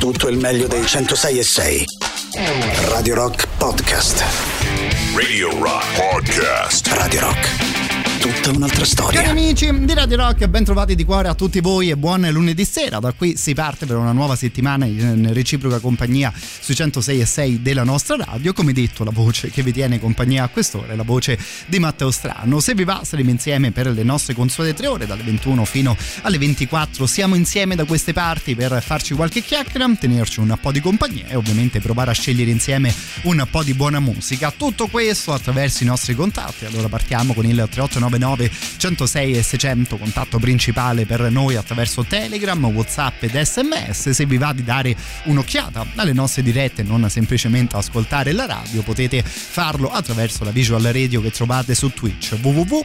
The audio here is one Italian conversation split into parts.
tutto il meglio dei 106.6. Radio Rock Podcast. Radio Rock Podcast. Radio Rock. Tutta un'altra storia. Cari amici di Radio Rock, ben trovati di cuore a tutti voi e buon lunedì sera. Da qui si parte per una nuova settimana in reciproca compagnia sui 106.6 della nostra radio. Come detto, la voce che vi tiene compagnia a quest'ora è la voce di Matteo Strano. Se vi va, saremo insieme per le nostre consuete 3 ore, dalle 21 fino alle 24. Siamo insieme da queste parti per farci qualche chiacchiera, tenerci un po' di compagnia e ovviamente provare a scegliere insieme un po' di buona musica. Tutto questo attraverso i nostri contatti. Allora partiamo con il 3899 106 e 600, contatto principale per noi attraverso Telegram, WhatsApp ed SMS. Se vi va di dare un'occhiata alle nostre dirette, non semplicemente ascoltare la radio, potete farlo attraverso la visual radio che trovate su Twitch.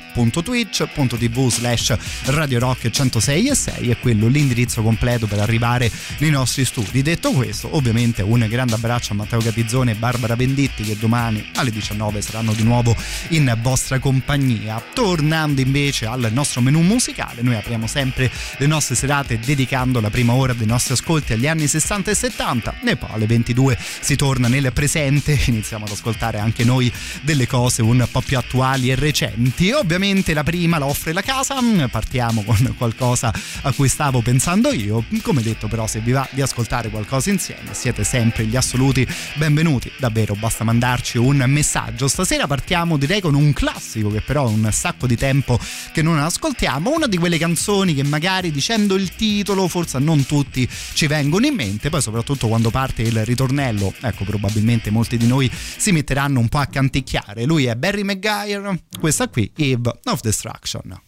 www.twitch.tv/Radio Rock 106 e 6 è quello l'indirizzo completo per arrivare nei nostri studi. Detto questo, ovviamente un grande abbraccio a Matteo Capizzone e Barbara Venditti, che domani alle 19 saranno di nuovo in vostra compagnia. Tornando invece al nostro menù musicale, noi apriamo sempre le nostre serate dedicando la prima ora dei nostri ascolti agli anni 60 e 70 e poi alle 22 si torna nel presente, iniziamo ad ascoltare anche noi delle cose un po' più attuali e recenti. Ovviamente la prima la offre la casa, partiamo con qualcosa a cui stavo pensando io. Come detto, però, se vi va di ascoltare qualcosa insieme siete sempre gli assoluti benvenuti, davvero basta mandarci un messaggio. Stasera partiamo direi con un classico che però è un sacco di tempo che non ascoltiamo, una di quelle canzoni che magari dicendo il titolo forse non tutti ci vengono in mente, poi soprattutto quando parte il ritornello, ecco, probabilmente molti di noi si metteranno un po' a canticchiare. Lui è Barry McGuire, questa qui Eve of Destruction.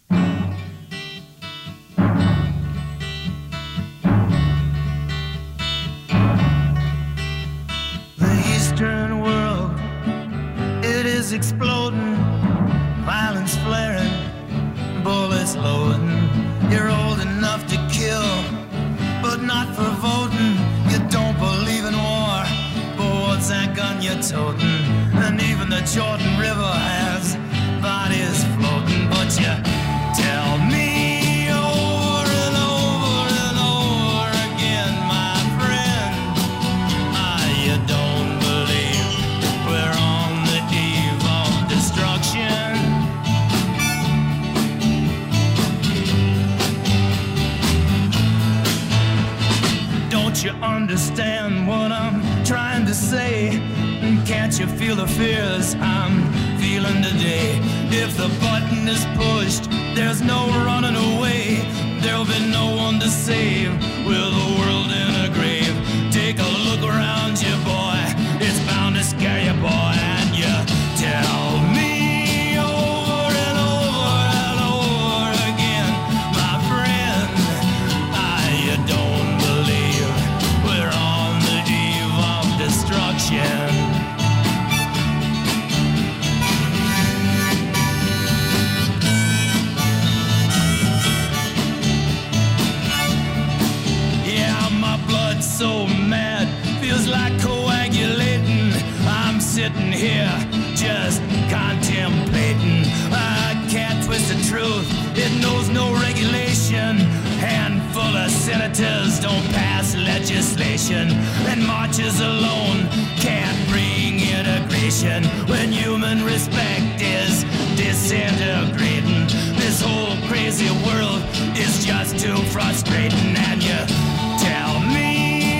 The Eastern world, it is exploding. Violence flaring, bullets loading. You're old enough to kill, but not for voting. You don't believe in war, but what's that gun you're toting? And even the Jordan River has bodies floating. But you tell me over and over and over again, my friend, you don't believe we're on the eve of destruction. Don't you understand what I'm trying to say? Can't you feel the fears I'm feeling today? If the button is pushed, there's no running away. There'll be no one to save with the world in a grave. Take a look around you, boy. It's bound to scare you, boy. And you tell me over and over and over again, my friend, you don't believe we're on the eve of destruction. So mad, feels like coagulating. I'm sitting here just contemplating. I can't twist the truth, it knows no regulation. Handful of senators don't pass legislation, and marches alone can't bring integration. When human respect is disintegrating, this whole crazy world is just too frustrating. And you tell me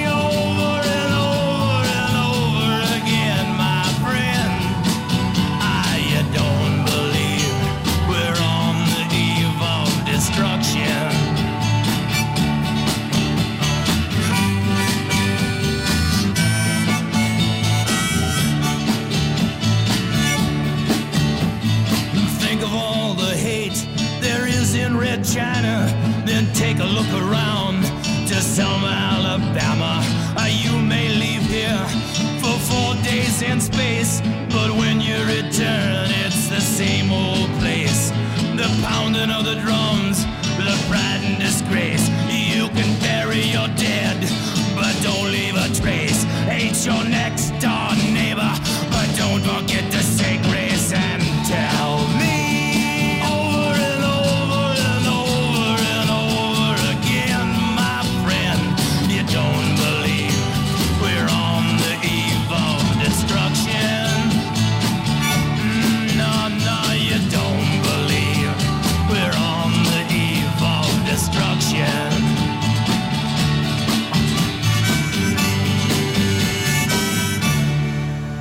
in Red China, then take a look around to Selma, Alabama. You may leave here for 4 days in space, but when you return, it's the same old place. The pounding of the drums, the pride and disgrace. You can bury your dead, but don't leave a trace. Hate your next door neighbor, but don't forget to say grace. And tell me don't believe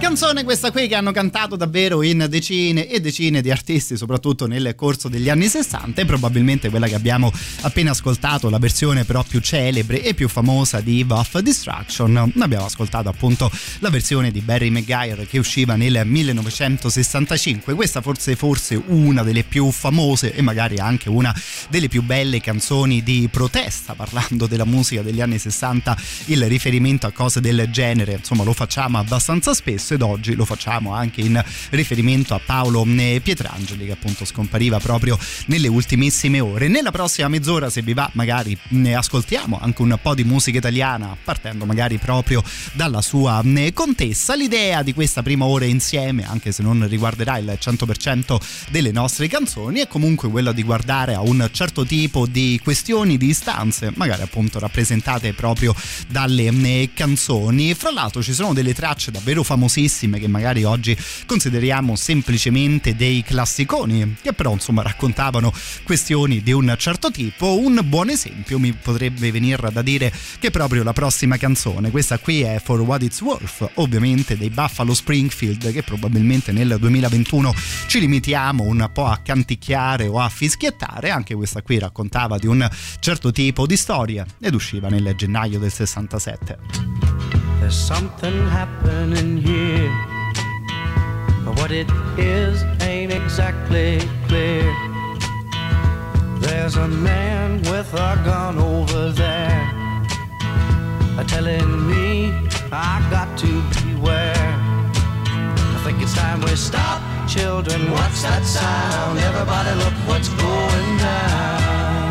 Canzone questa qui che hanno cantato davvero in decine e decine di artisti, soprattutto nel corso degli anni 60, e probabilmente quella che abbiamo appena ascoltato, la versione però più celebre e più famosa di Eve of Destruction. Abbiamo ascoltato appunto la versione di Barry McGuire che usciva nel 1965. Questa forse una delle più famose e magari anche una delle più belle canzoni di protesta. Parlando della musica degli anni 60, il riferimento a cose del genere insomma lo facciamo abbastanza spesso, ed oggi lo facciamo anche in riferimento a Paolo Pietrangeli, che appunto scompariva proprio nelle ultimissime ore. Nella prossima mezz'ora, se vi va, magari ne ascoltiamo anche un po' di musica italiana, partendo magari proprio dalla sua contessa. L'idea di questa prima ora insieme, anche se non riguarderà il 100% delle nostre canzoni, è comunque quella di guardare a un certo tipo di questioni, di istanze, magari appunto rappresentate proprio dalle canzoni. Fra l'altro ci sono delle tracce davvero famosissime che magari oggi consideriamo semplicemente dei classiconi, che però insomma raccontavano questioni di un certo tipo. Un buon esempio mi potrebbe venire da dire che proprio la prossima canzone, questa qui è For What It's Worth, ovviamente dei Buffalo Springfield, che probabilmente nel 2021 ci limitiamo un po' a canticchiare o a fischiettare. Anche questa qui raccontava di un certo tipo di storia ed usciva nel gennaio del 67. There's something happening here, but what it is ain't exactly clear. There's a man with a gun over there, telling me I got to beware. I think it's time we stop, children, what's that sound? Everybody look what's going down.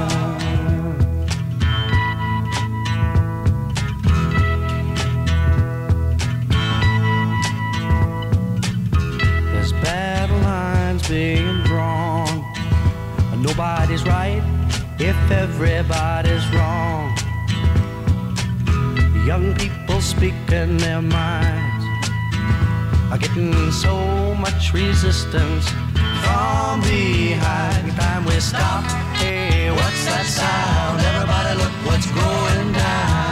Battle lines being drawn, nobody's right if everybody's wrong. Young people speaking their minds are getting so much resistance from behind. Time we stop, hey, what's that sound? Everybody look what's going down.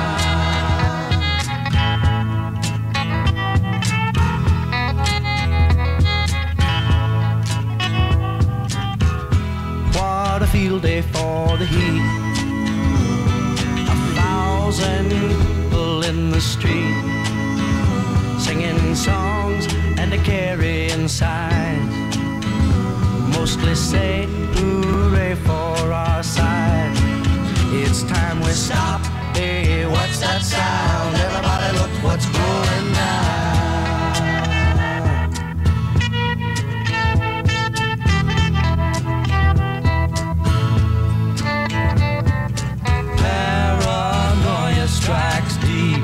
What a field day for the heat. 1,000 people in the street, singing songs and a carrying signs, mostly say hooray for our side. It's time we stop, hey, what's that sound? Everybody look what's going down. Strikes deep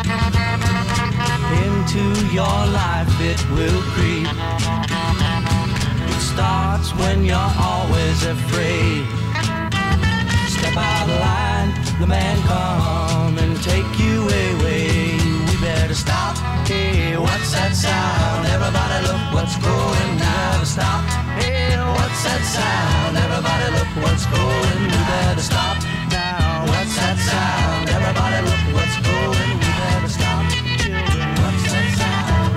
into your life, it will creep. It starts when you're always afraid. Step out of line, the man come and take you away. We better stop, hey, what's that sound? Everybody look what's going down. Stop, hey, what's that sound? Everybody look what's going down. We better stop now, what's that sound? Everybody look what's going, we better stop. Children, what's that sound?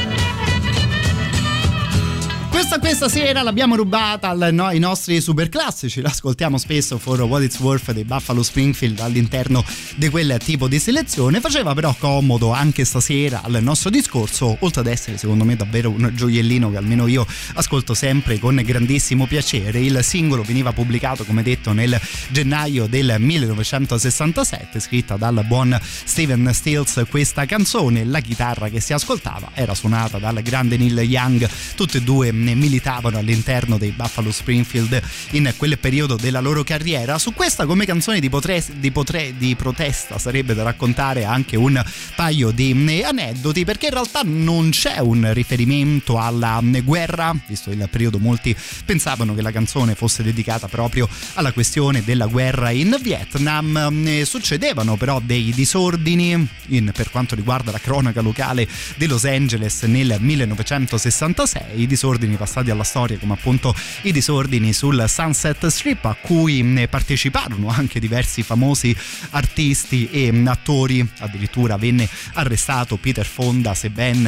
Questa sera l'abbiamo rubata ai nostri super classici, l'ascoltiamo spesso, For What It's Worth dei Buffalo Springfield all'interno di quel tipo di selezione. Faceva però comodo anche stasera al nostro discorso, oltre ad essere secondo me davvero un gioiellino che almeno io ascolto sempre con grandissimo piacere. Il singolo veniva pubblicato, come detto, nel gennaio del 1967, scritta dal buon Stephen Stills. Questa canzone, la chitarra che si ascoltava era suonata dal grande Neil Young. Tutte e due militavano all'interno dei Buffalo Springfield in quel periodo della loro carriera. Su questa, come canzone di protesta, sarebbe da raccontare anche un paio di aneddoti, perché in realtà non c'è un riferimento alla guerra, visto il periodo molti pensavano che la canzone fosse dedicata proprio alla questione della guerra in Vietnam. Succedevano però dei disordini per quanto riguarda la cronaca locale di Los Angeles nel 1966, i disordini passati passati alla storia come appunto i disordini sul Sunset Strip, a cui parteciparono anche diversi famosi artisti e attori. Addirittura venne arrestata Peter Fonda, se ben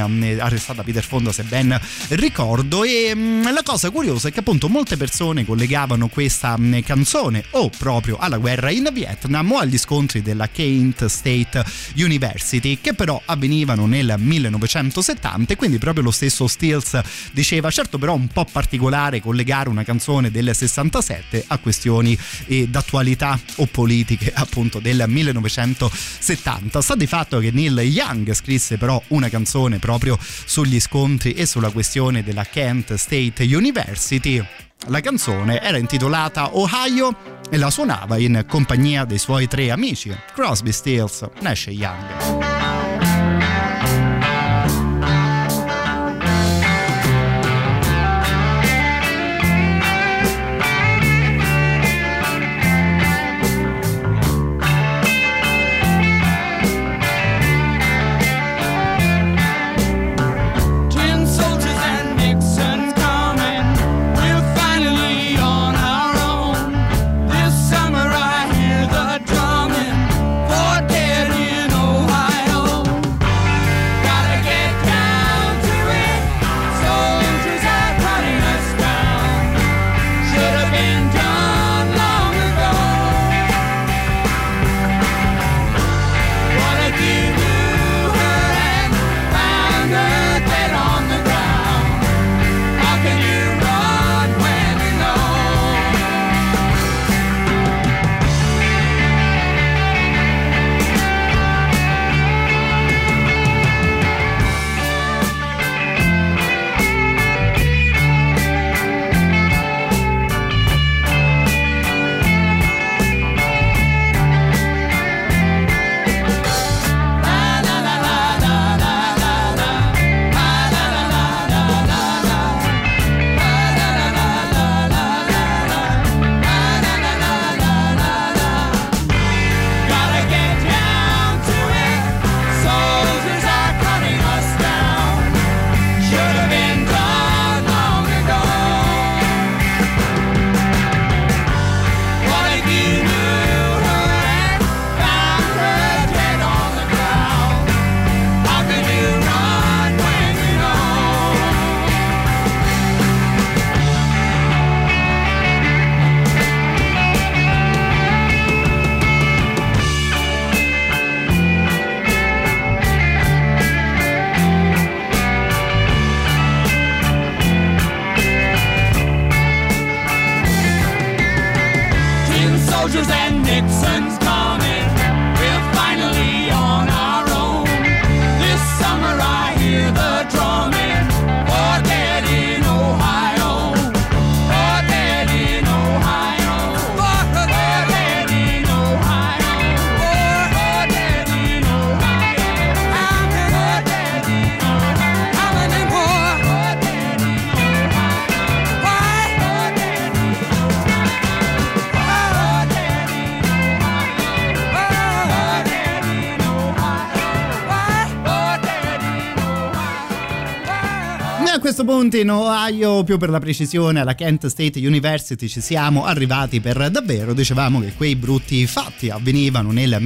ricordo. E la cosa curiosa è che appunto molte persone collegavano questa canzone o proprio alla guerra in Vietnam o agli scontri della Kent State University, che però avvenivano nel 1970, e quindi proprio lo stesso Stills diceva: certo, però un po' particolare collegare una canzone del 67 a questioni d'attualità o politiche appunto del 1970. Sta di fatto che Neil Young scrisse però una canzone proprio sugli scontri e sulla questione della Kent State University. La canzone era intitolata Ohio e la suonava in compagnia dei suoi 3 amici, Crosby, Stills, Nash e Young. Punto in Ohio, più per la precisione alla Kent State University, ci siamo arrivati per davvero. Dicevamo che quei brutti fatti avvenivano nel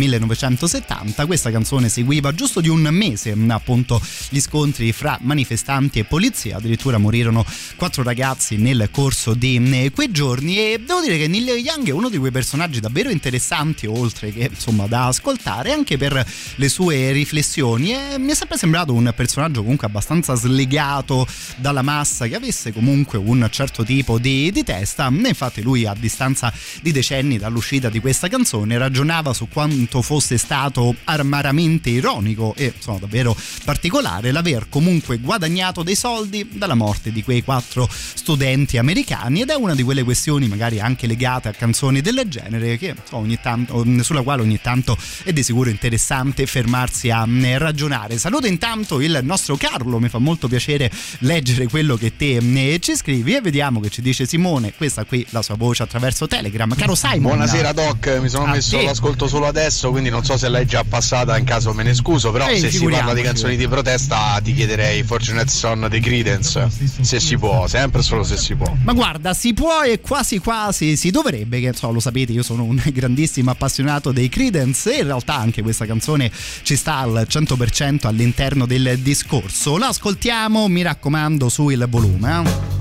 1970. Questa canzone seguiva giusto di un mese appunto gli scontri fra manifestanti e polizia. Addirittura morirono 4 ragazzi nel corso di quei giorni, e devo dire che Neil Young è uno di quei personaggi davvero interessanti, oltre che insomma da ascoltare anche per le sue riflessioni, e mi è sempre sembrato un personaggio comunque abbastanza slegato dalla massa, che avesse comunque un certo tipo di testa. Infatti lui, a distanza di decenni dall'uscita di questa canzone, ragionava su quanto fosse stato amaramente ironico e insomma davvero particolare l'aver comunque guadagnato dei soldi dalla morte di quei 4 studenti americani, ed è una di quelle questioni magari anche legate a canzoni del genere che ogni tanto, sulla quale ogni tanto è di sicuro interessante fermarsi a ragionare. Saluto intanto il nostro Carlo, mi fa molto piacere leggerlo leggere quello che te ci scrivi, e vediamo che ci dice Simone, questa qui la sua voce attraverso Telegram. Caro Simon, buonasera Doc, mi sono messo l'ascolto solo adesso, quindi non so se l'hai già passata, in caso me ne scuso, però se si parla di canzoni di protesta ti chiederei Fortunate Son dei Creedence, se si può, sempre solo se si può. Ma guarda, si può e quasi quasi si dovrebbe, che lo sapete, io sono un grandissimo appassionato dei Creedence e in realtà anche questa canzone ci sta al 100% all'interno del discorso. La ascoltiamo, mi raccomando, su il volume.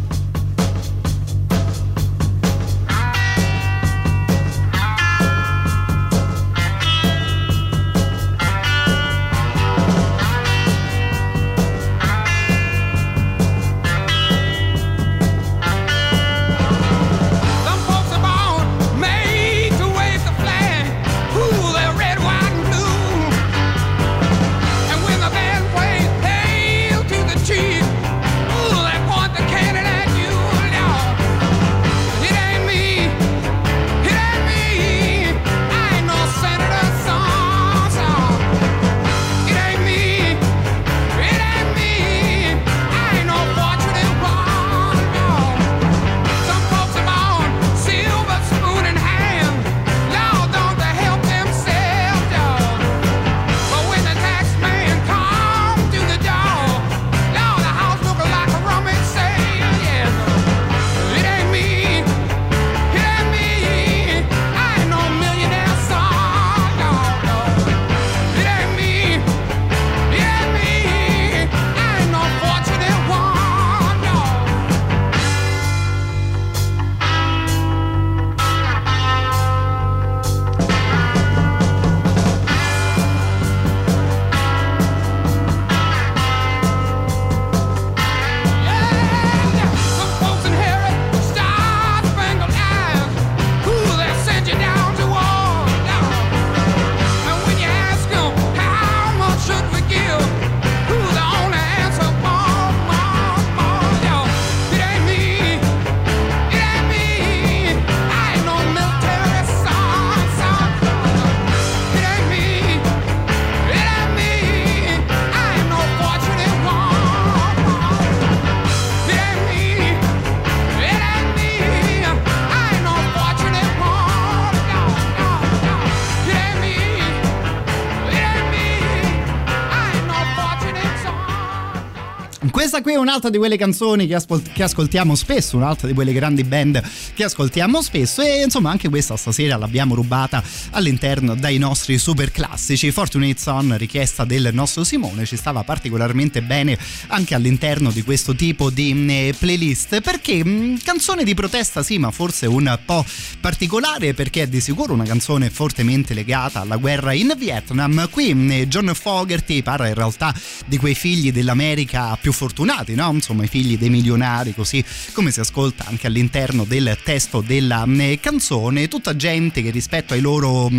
Questa qui è un'altra di quelle canzoni che ascoltiamo spesso, un'altra di quelle grandi band che ascoltiamo spesso, e insomma anche questa stasera l'abbiamo rubata all'interno dai nostri super classici. Fortunate Son, richiesta del nostro Simone, ci stava particolarmente bene anche all'interno di questo tipo di playlist, perché canzone di protesta sì, ma forse un po' particolare, perché è di sicuro una canzone fortemente legata alla guerra in Vietnam. Qui John Fogerty parla in realtà di quei figli dell'America più fortunati, no? Insomma, i figli dei milionari, così come si ascolta anche all'interno del testo della canzone, tutta gente che rispetto ai loro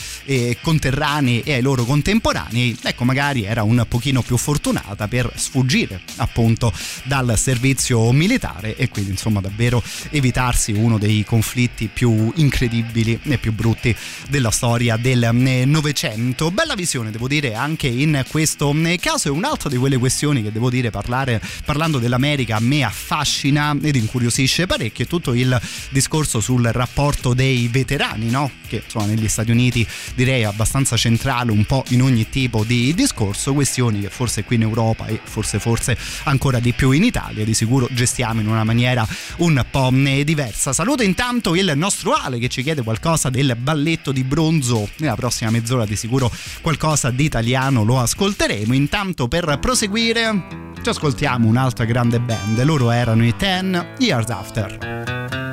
conterranei e ai loro contemporanei, ecco, magari era un pochino più fortunata per sfuggire appunto dal servizio militare e quindi insomma davvero evitarsi uno dei conflitti più incredibili e più brutti della storia del Novecento. Bella visione, devo dire, anche in questo caso. È un'altra di quelle questioni che devo dire, parlando dell'America, a me affascina ed incuriosisce parecchio, tutto il discorso sul rapporto dei veterani, no? Che insomma negli Stati Uniti direi abbastanza centrale un po' in ogni tipo di discorso, questioni che forse qui in Europa e forse ancora di più in Italia di sicuro gestiamo in una maniera un po' diversa. Saluto intanto il nostro Ale che ci chiede qualcosa del balletto di bronzo, nella prossima mezz'ora di sicuro qualcosa di italiano lo ascolteremo. Intanto, per proseguire, ci ascoltiamo un'altra grande band, loro erano i 10 Years After.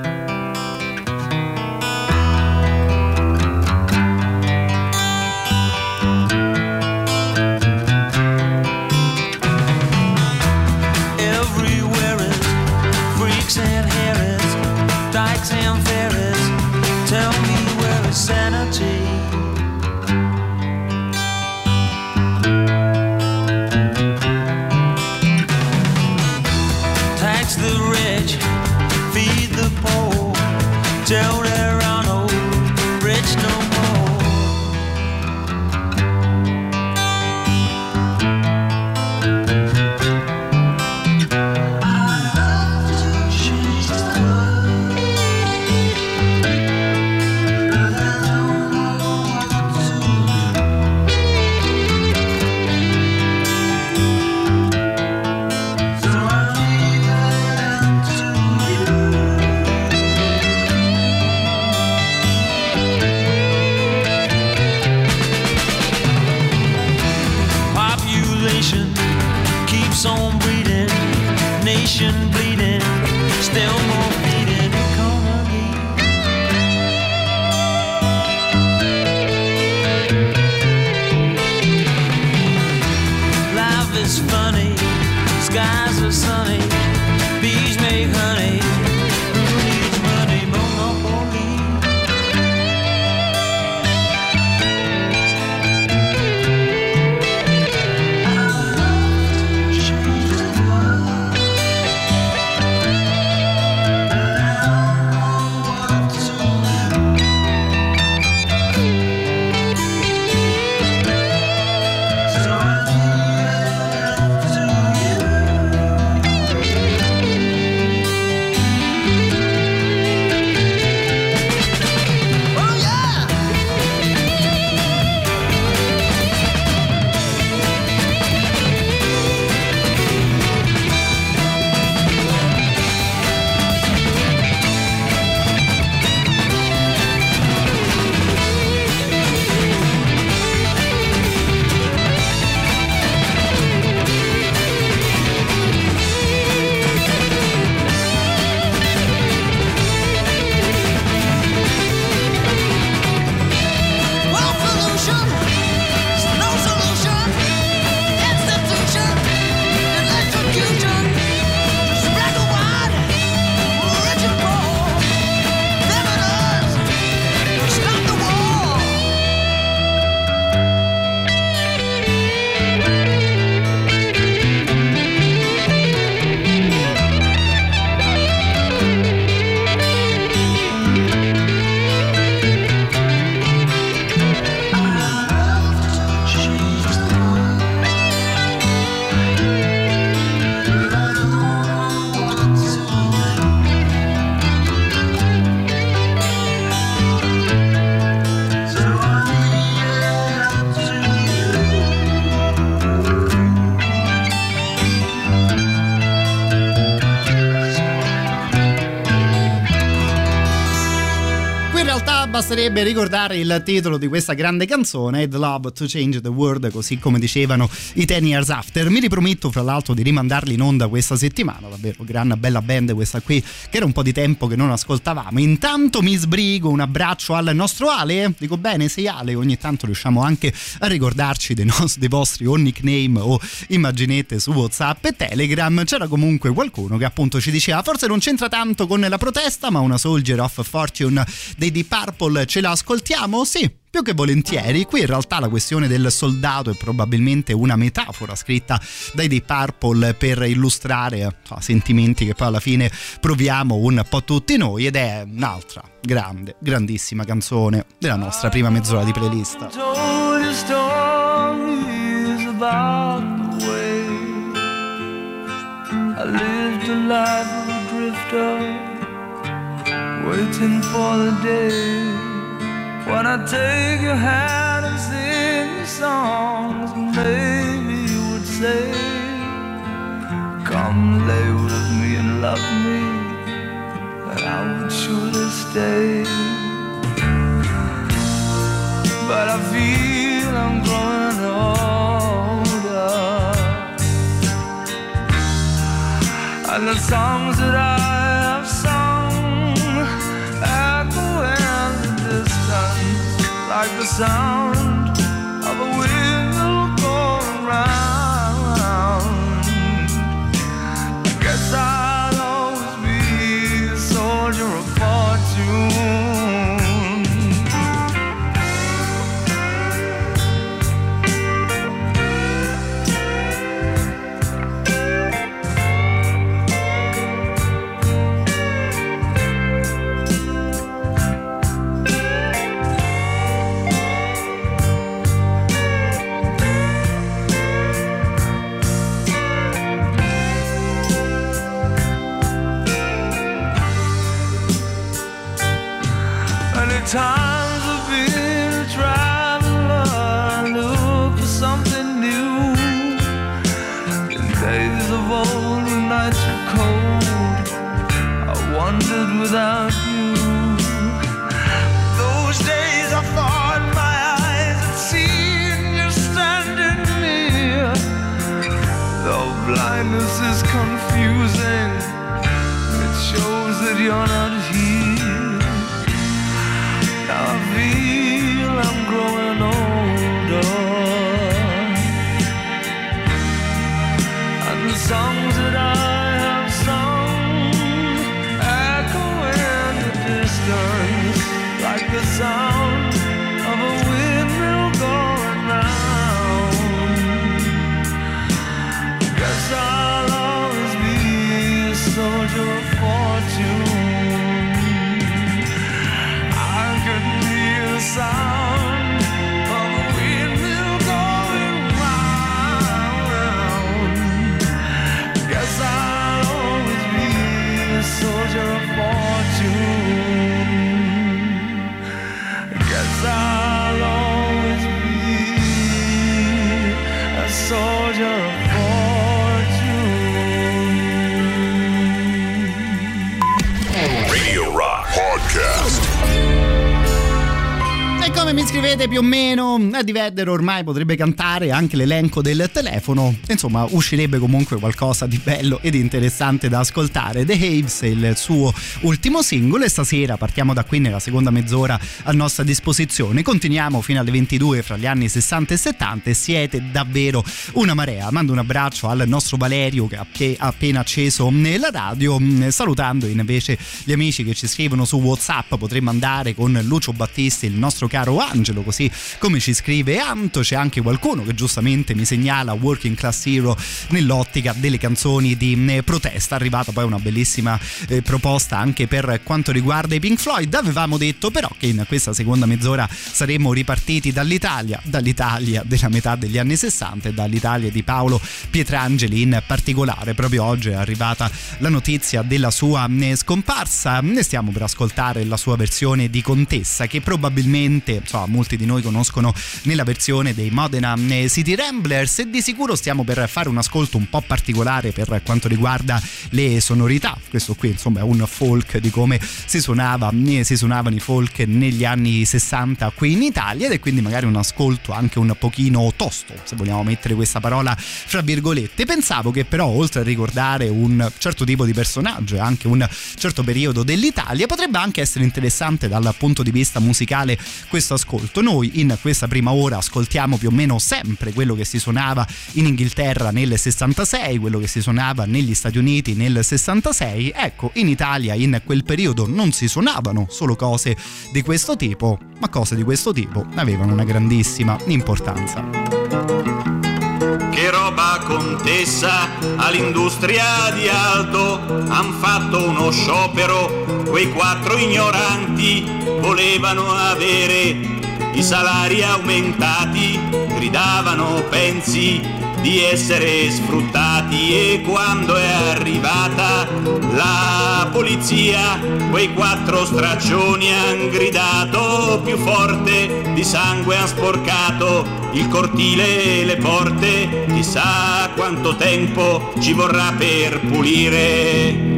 And Harris, Dykes and Ferris, tell me where is sanity? Tax the rich, feed the on breeding, nation bleeding, still more feeding economy. Life is funny, skies are sunny, bees make honey. Who needs money? Monopoly. Basterebbe ricordare il titolo di questa grande canzone, I'd Love to Change the World, così come dicevano i 10 Years After. Mi riprometto fra l'altro di rimandarli in onda questa settimana, davvero gran bella band questa qui, che era un po' di tempo che non ascoltavamo. Intanto mi sbrigo, un abbraccio al nostro Ale, dico bene, sei Ale, ogni tanto riusciamo anche a ricordarci dei vostri o nickname o immaginette su WhatsApp e Telegram. C'era comunque qualcuno che appunto ci diceva forse non c'entra tanto con la protesta, ma una Soldier of Fortune dei Deep Purple ce la ascoltiamo? Sì, più che volentieri. Qui in realtà la questione del soldato è probabilmente una metafora scritta dai Deep Purple per illustrare sentimenti che poi alla fine proviamo un po' tutti noi, ed è un'altra grandissima canzone della nostra prima mezz'ora di playlist. I lived a life of a drifter, waiting for the day when I take your hand and sing your songs. Maybe you would say, come lay with me and love me, and I would surely stay. But I feel I'm growing older, and the songs that I have sung echo in the distance like the sound of a wheel going round. I guess I'll always be a soldier of fortune. Times I've been a traveler, look for something new. In days of old when nights were cold, I wandered without you. Those days I thought my eyes had seen you standing near, though blind kindness is confusing. It shows that you're not here. Now I feel I'm growing older, and the songs that I have sung echo in the distance like the sound of a windmill going round. Guess I'll always be a soldier of fortune. I can hear the sound of a windmill going round. Guess I'll always be a soldier of fortune. Guess I'll always be a soldier of fortune. Radio Rock Podcast. E come mi scrivete più o meno, Eddie Vedder ormai potrebbe cantare anche l'elenco del telefono. Insomma, uscirebbe comunque qualcosa di bello ed interessante da ascoltare. The Haves è il suo ultimo singolo e stasera partiamo da qui nella seconda mezz'ora a nostra disposizione. Continuiamo fino alle 22 fra gli anni 60 e 70 e siete davvero una marea. Mando un abbraccio al nostro Valerio che ha appena acceso la radio, salutando invece gli amici che ci scrivono su WhatsApp. Potremmo andare con Lucio Battisti, il nostro caro Angelo, così come ci scrive Anto. C'è anche qualcuno che giustamente mi segnala Working Class Hero nell'ottica delle canzoni di protesta. È arrivata poi una bellissima proposta anche per quanto riguarda i Pink Floyd. Avevamo detto però che in questa seconda mezz'ora saremmo ripartiti dall'Italia della metà degli anni 60 e dall'Italia di Paolo Pietrangeli in particolare. Proprio oggi è arrivata la notizia della sua scomparsa. Ne stiamo per ascoltare la sua versione di Contessa, che probabilmente molti di noi conoscono nella versione dei Modena City Ramblers, e di sicuro stiamo per fare un ascolto un po' particolare per quanto riguarda le sonorità. Questo qui insomma è un folk di come si suonavano i folk negli anni 60 qui in Italia, ed è quindi magari un ascolto anche un pochino tosto, se vogliamo mettere questa parola fra virgolette. Pensavo che però, oltre a ricordare un certo tipo di personaggio e anche un certo periodo dell'Italia, potrebbe anche essere interessante dal punto di vista musicale questo ascolto. Noi in questa prima ora ascoltiamo più o meno sempre quello che si suonava in Inghilterra nel 66, quello che si suonava negli Stati Uniti nel 66. Ecco, in Italia in quel periodo non si suonavano solo cose di questo tipo, ma cose di questo tipo avevano una grandissima importanza. Che roba, Contessa, all'industria di Aldo han fatto uno sciopero, quei 4 ignoranti volevano avere i salari aumentati, gridavano pensi di essere sfruttati, e quando è arrivata la polizia quei 4 straccioni han gridato più forte, di sangue han sporcato il cortile e le porte, chissà quanto tempo ci vorrà per pulire.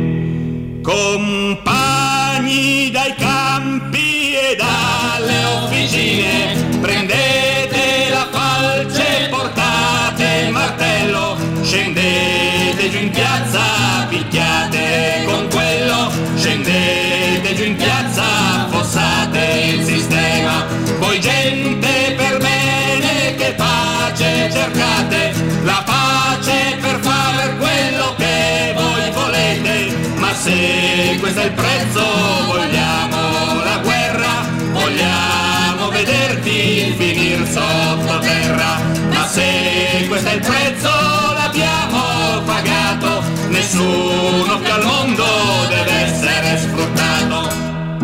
Compagni dai campi e dalle officine, prendete la falce, portate il martello, scendete giù in piazza, picchiate con quello, scendete giù in piazza, affossate il sistema. Voi gente per bene, che pace cercate, la pace per fare quello che voi volete, ma se questo è il prezzo, vogliamo la guerra, vogliamo vederti finir sottoterra, ma se questo è il prezzo, l'abbiamo pagato, nessuno più al mondo deve essere sfruttato.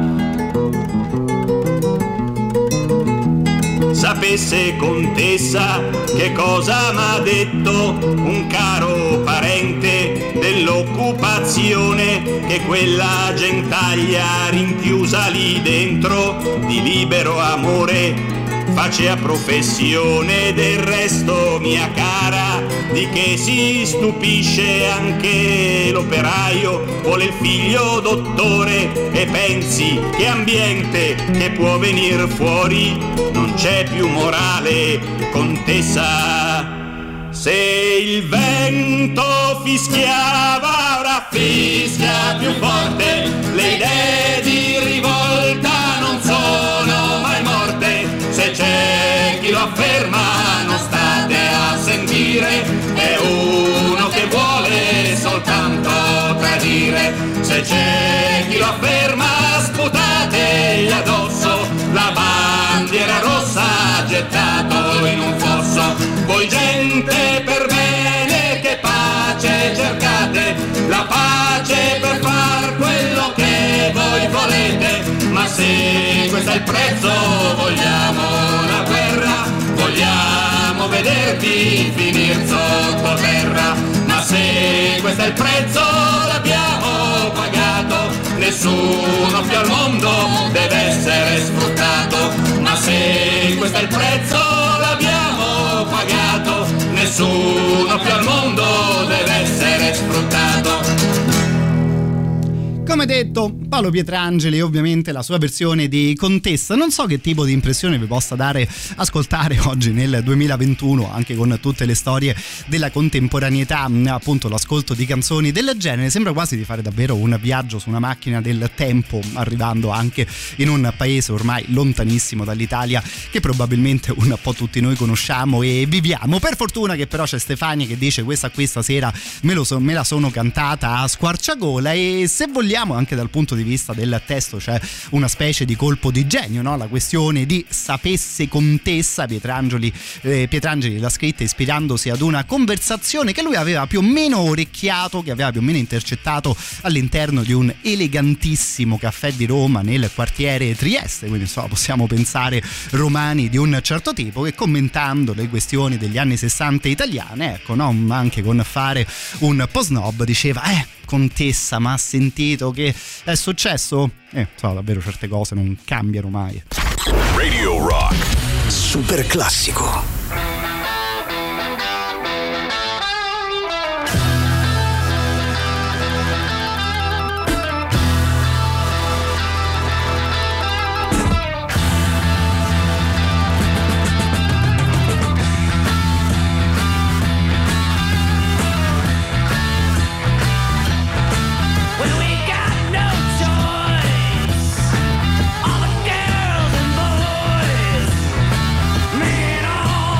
Sapesse, Contessa, che cosa m'ha detto un caro parente dell'occupazione, che quella gentaglia rinchiusa lì dentro di libero amore facea professione. Del resto, mia cara, di che si stupisce anche l'operaio, vuole il figlio dottore, e pensi che ambiente che può venir fuori, non c'è più morale, Contessa. Se il vento fischiava, ora fischia più forte, le idee di rivolta non sono mai morte. Se c'è chi lo afferma, non state a sentire, è uno che vuole soltanto tradire. Se c'è chi lo afferma, sputategli addosso la bandiera rossa gettato in un fosso. Voi gente per bene che pace cercate, la pace per far quello che voi volete, ma se questo è il prezzo vogliamo la guerra, vogliamo vedervi finir sottoterra, ma se questo è il prezzo l'abbiamo pagato, nessuno più al mondo deve essere sfruttato, ma se questo è il prezzo l'abbiamo pagato, nessuno più al mondo deve essere sfruttato. Come detto, Paolo Pietrangeli, ovviamente la sua versione di Contessa. Non so che tipo di impressione vi possa dare ascoltare oggi nel 2021, anche con tutte le storie della contemporaneità, appunto l'ascolto di canzoni del genere. Sembra quasi di fare davvero un viaggio su una macchina del tempo, arrivando anche in un paese ormai lontanissimo dall'Italia, che probabilmente un po' tutti noi conosciamo e viviamo. Per fortuna che però c'è Stefania che dice: questa sera me la sono cantata a squarciagola. E se vogliamo, anche dal punto di vista del testo c'è una specie di colpo di genio, no? La questione di sapesse Contessa. Pietrangeli l'ha scritta ispirandosi ad una conversazione che lui aveva più o meno orecchiato, che aveva più o meno intercettato all'interno di un elegantissimo caffè di Roma nel quartiere Trieste, quindi insomma possiamo pensare romani di un certo tipo, che commentando le questioni degli anni 60 italiane, ecco, no? Anche con fare un po' snob, diceva Contessa, ma ha sentito che è successo? Davvero certe cose non cambiano mai. Radio Rock Super classico. All the girls and boys, men all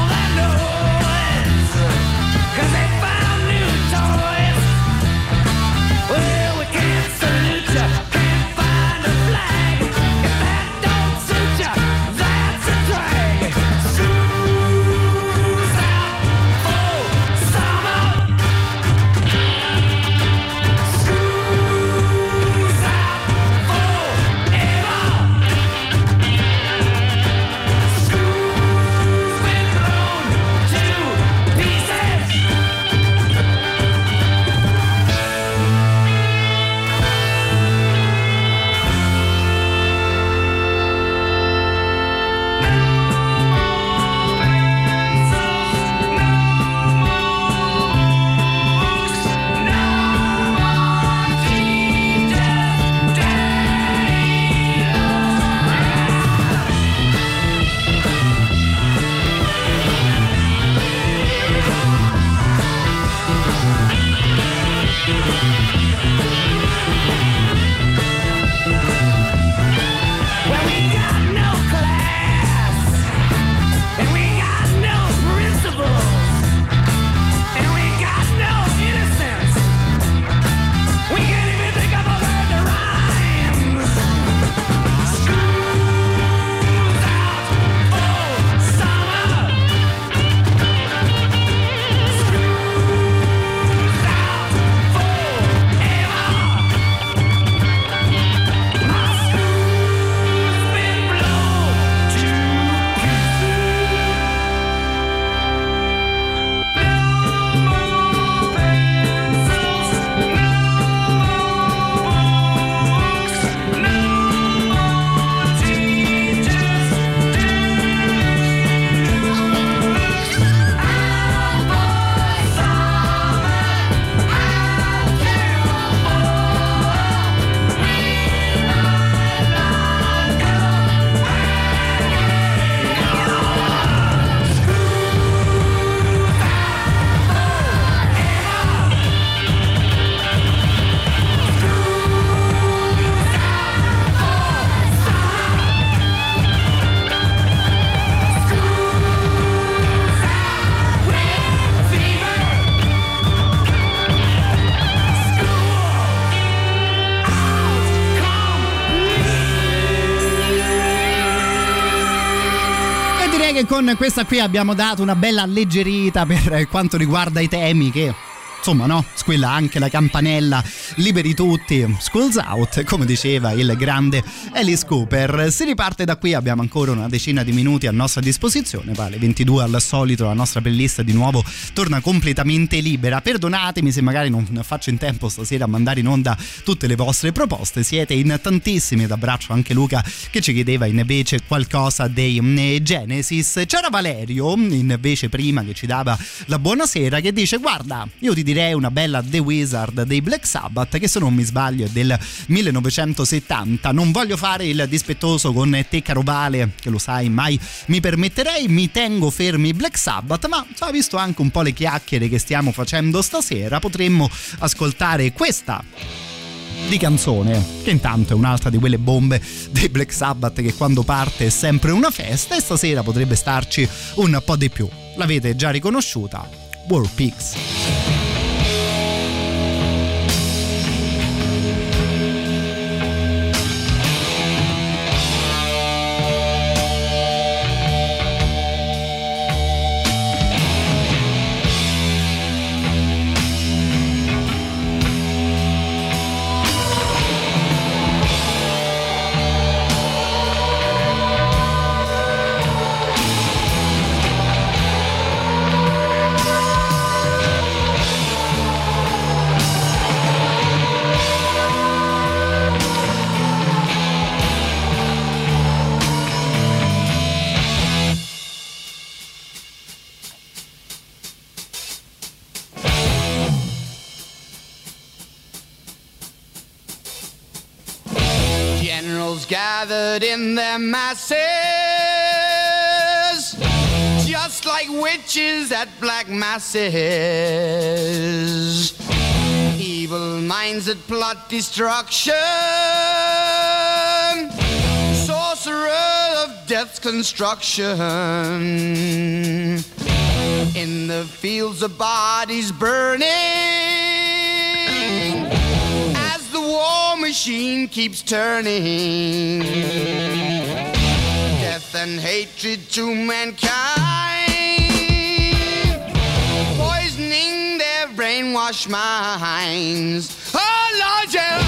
che con questa qui abbiamo dato una bella alleggerita per quanto riguarda i temi che, insomma, no, squilla anche la campanella, liberi tutti, schools out, come diceva il grande Alice Cooper. Si riparte da qui, abbiamo ancora una decina di minuti a nostra disposizione, alle 22 al solito la nostra playlist di nuovo torna completamente libera. Perdonatemi se magari non faccio in tempo stasera a mandare in onda tutte le vostre proposte, siete in tantissimi, ed abbraccio anche Luca che ci chiedeva invece qualcosa dei Genesis. C'era Valerio invece prima che ci dava la buonasera, che dice: guarda, io ti direi una bella The Wizard dei Black Sabbath, che se non mi sbaglio è del 1970. Non voglio fare il dispettoso con te, caro Vale, che lo sai mai mi permetterei, mi tengo fermi Black Sabbath, ma visto anche un po' le chiacchiere che stiamo facendo stasera, potremmo ascoltare questa di canzone, che intanto è un'altra di quelle bombe dei Black Sabbath che quando parte è sempre una festa, e stasera potrebbe starci un po' di più. L'avete già riconosciuta, War Pigs. Gathered in their masses, just like witches at black masses, evil minds that plot destruction, sorcerer of death's construction, in the fields of bodies burning, the war machine keeps turning, death and hatred to mankind, poisoning their brainwashed minds. Oh Lord, yeah.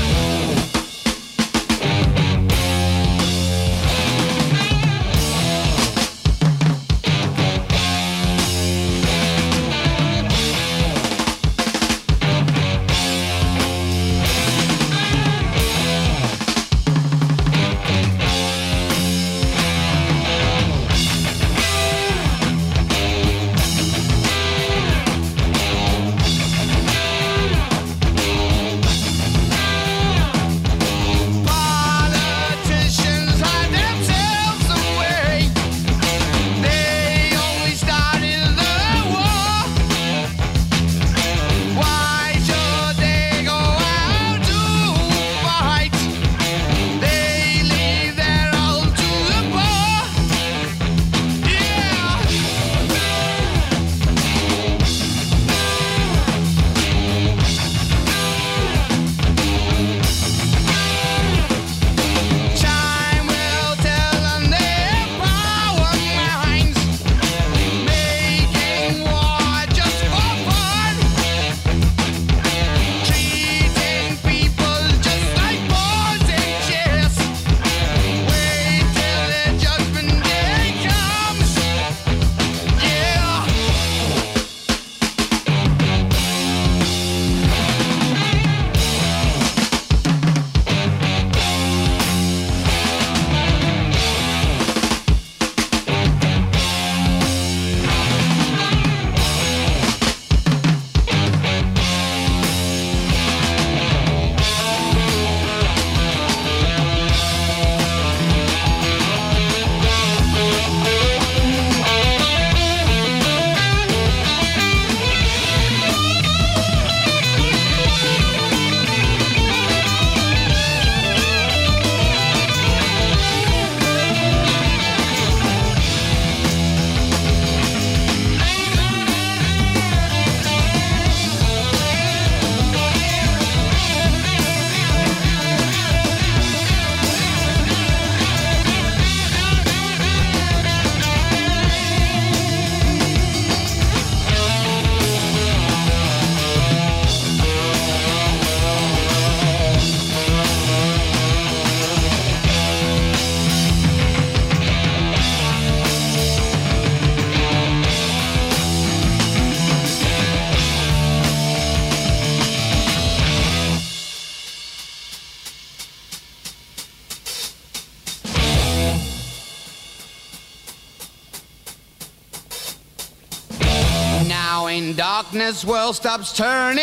In darkness, world stops turning.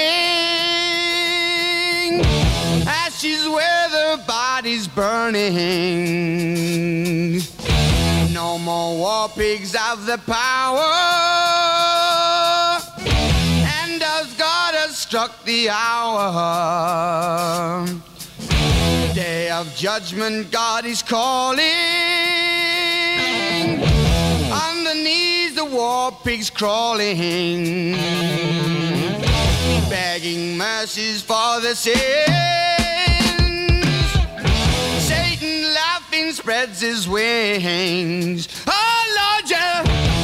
Ashes where the body's burning. No more war pigs have the power. And as God has struck the hour, day of judgment, God is calling. On the knees, the war pigs crawling, begging mercies for the sins. Satan laughing spreads his wings. Oh Lord, yeah.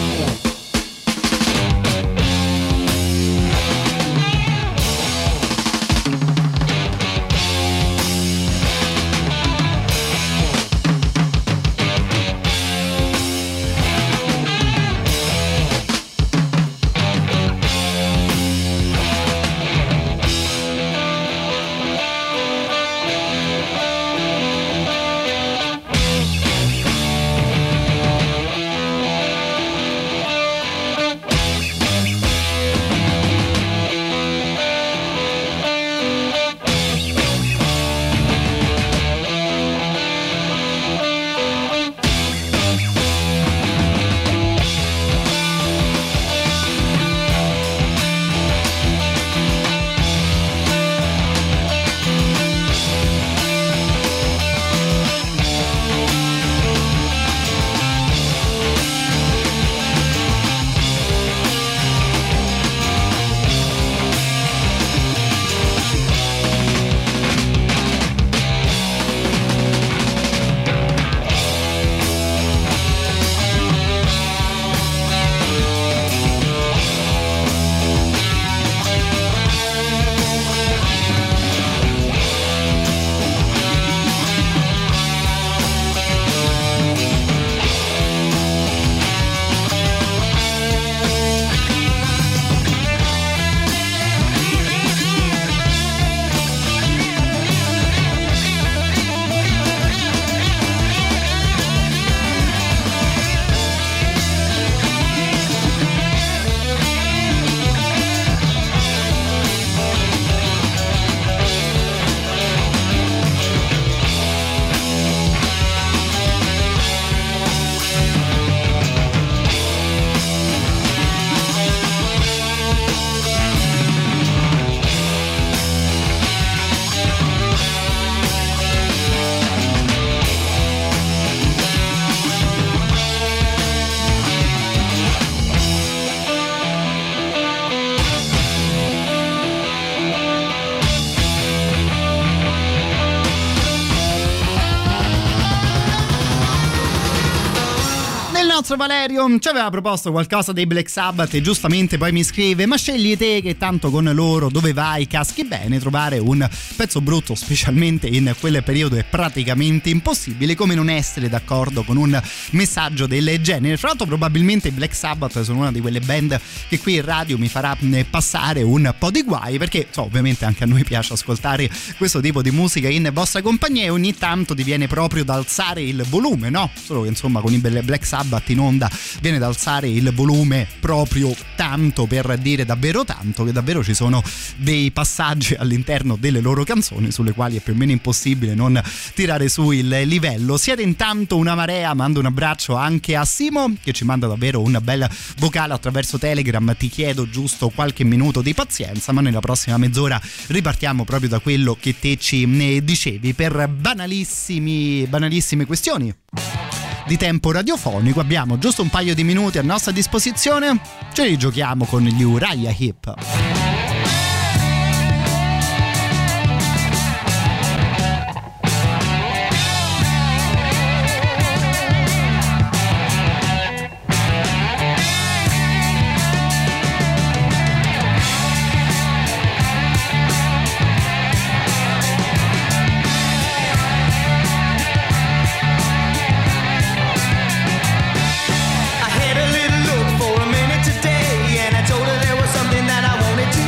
Valerio ci aveva proposto qualcosa dei Black Sabbath e giustamente poi mi scrive: ma scegli te che tanto con loro dove vai caschi bene. Trovare un pezzo brutto specialmente in quel periodo è praticamente impossibile, come non essere d'accordo con un messaggio del genere. Fra l'altro probabilmente i Black Sabbath sono una di quelle band che qui in radio mi farà passare un po' di guai, perché ovviamente anche a noi piace ascoltare questo tipo di musica in vostra compagnia e ogni tanto ti viene proprio da alzare il volume, no? Solo che insomma con i Black Sabbath in onda viene da alzare il volume proprio tanto, per dire davvero tanto, che davvero ci sono dei passaggi all'interno delle loro canzoni sulle quali è più o meno impossibile non tirare su il livello. Siete intanto una marea, mando un abbraccio anche a Simo che ci manda davvero un bel vocale attraverso Telegram. Ti chiedo giusto qualche minuto di pazienza, ma nella prossima mezz'ora ripartiamo proprio da quello che te ci dicevi. Per banalissime questioni di tempo radiofonico abbiamo giusto un paio di minuti a nostra disposizione, ce li giochiamo con gli Uriah Heep. I had a little look for a minute today, and I told her there was something that I wanted to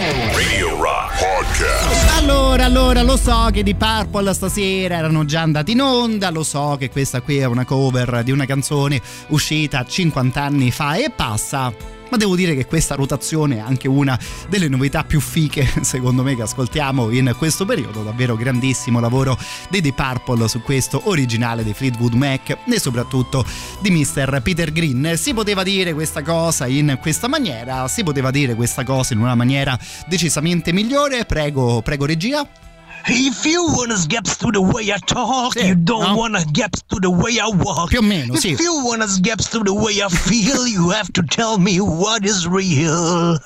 Radio Rock Podcast. Allora, lo so che di Purple stasera erano già andati in onda, lo so che questa qui è una cover di una canzone uscita 50 anni fa e passa. Ma devo dire che questa rotazione è anche una delle novità più fiche, secondo me, che ascoltiamo in questo periodo. Davvero grandissimo lavoro dei Deep Purple su questo originale dei Fleetwood Mac e soprattutto di Mr. Peter Green. Si poteva dire questa cosa in questa maniera, si poteva dire questa cosa in una maniera decisamente migliore. Prego regia. If you wanna get to the way I talk, you don't wanna get to the way I walk. Più o meno, sì. If you wanna get to the way I feel, you have to tell me what is real.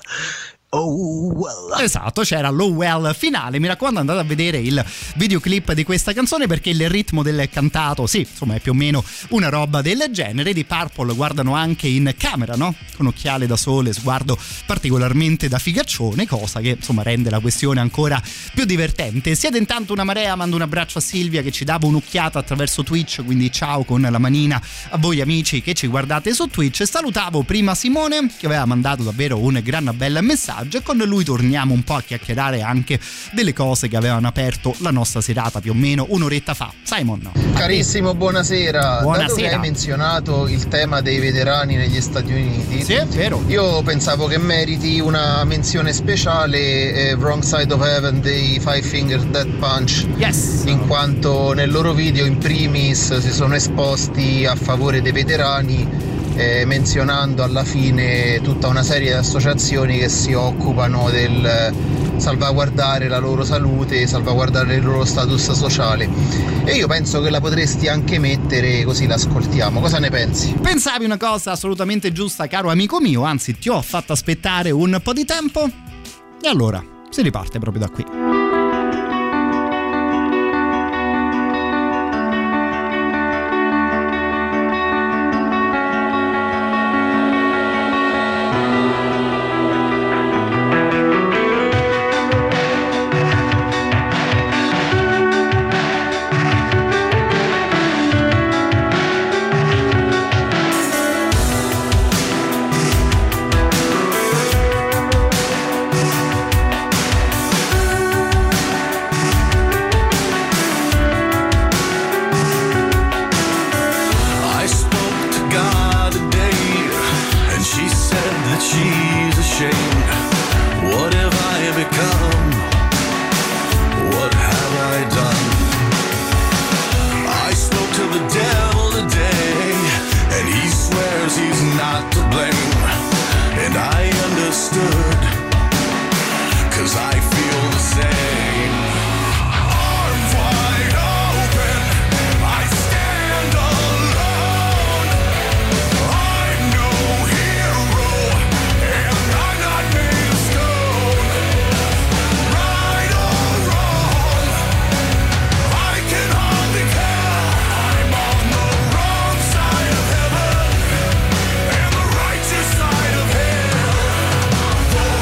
Oh well. Esatto, c'era l'Owell finale. Mi raccomando, andate a vedere il videoclip di questa canzone perché il ritmo del cantato, sì, insomma, è più o meno una roba del genere. Di Purple guardano anche in camera, no? Con occhiale da sole, sguardo particolarmente da figaccione, cosa che insomma rende la questione ancora più divertente. Siete intanto una marea, mando un abbraccio a Silvia che ci dava un'occhiata attraverso Twitch, quindi ciao con la manina a voi amici che ci guardate su Twitch. Salutavo prima Simone che aveva mandato davvero un gran bel messaggio e con lui torniamo un po' a chiacchierare anche delle cose che avevano aperto la nostra serata più o meno un'oretta fa. Simon. Carissimo, buonasera. Dato che hai menzionato il tema dei veterani negli Stati Uniti, sì, è vero. Io pensavo che meriti una menzione speciale Wrong Side of Heaven dei Five Finger Death Punch, yes, in quanto nel loro video in primis si sono esposti a favore dei veterani, menzionando alla fine tutta una serie di associazioni che si occupano del salvaguardare la loro salute, salvaguardare il loro status sociale, e io penso che la potresti anche mettere così l'ascoltiamo. Cosa ne pensi? Pensavi una cosa assolutamente giusta, caro amico mio, anzi ti ho fatto aspettare un po' di tempo e allora si riparte proprio da qui. Side of hell.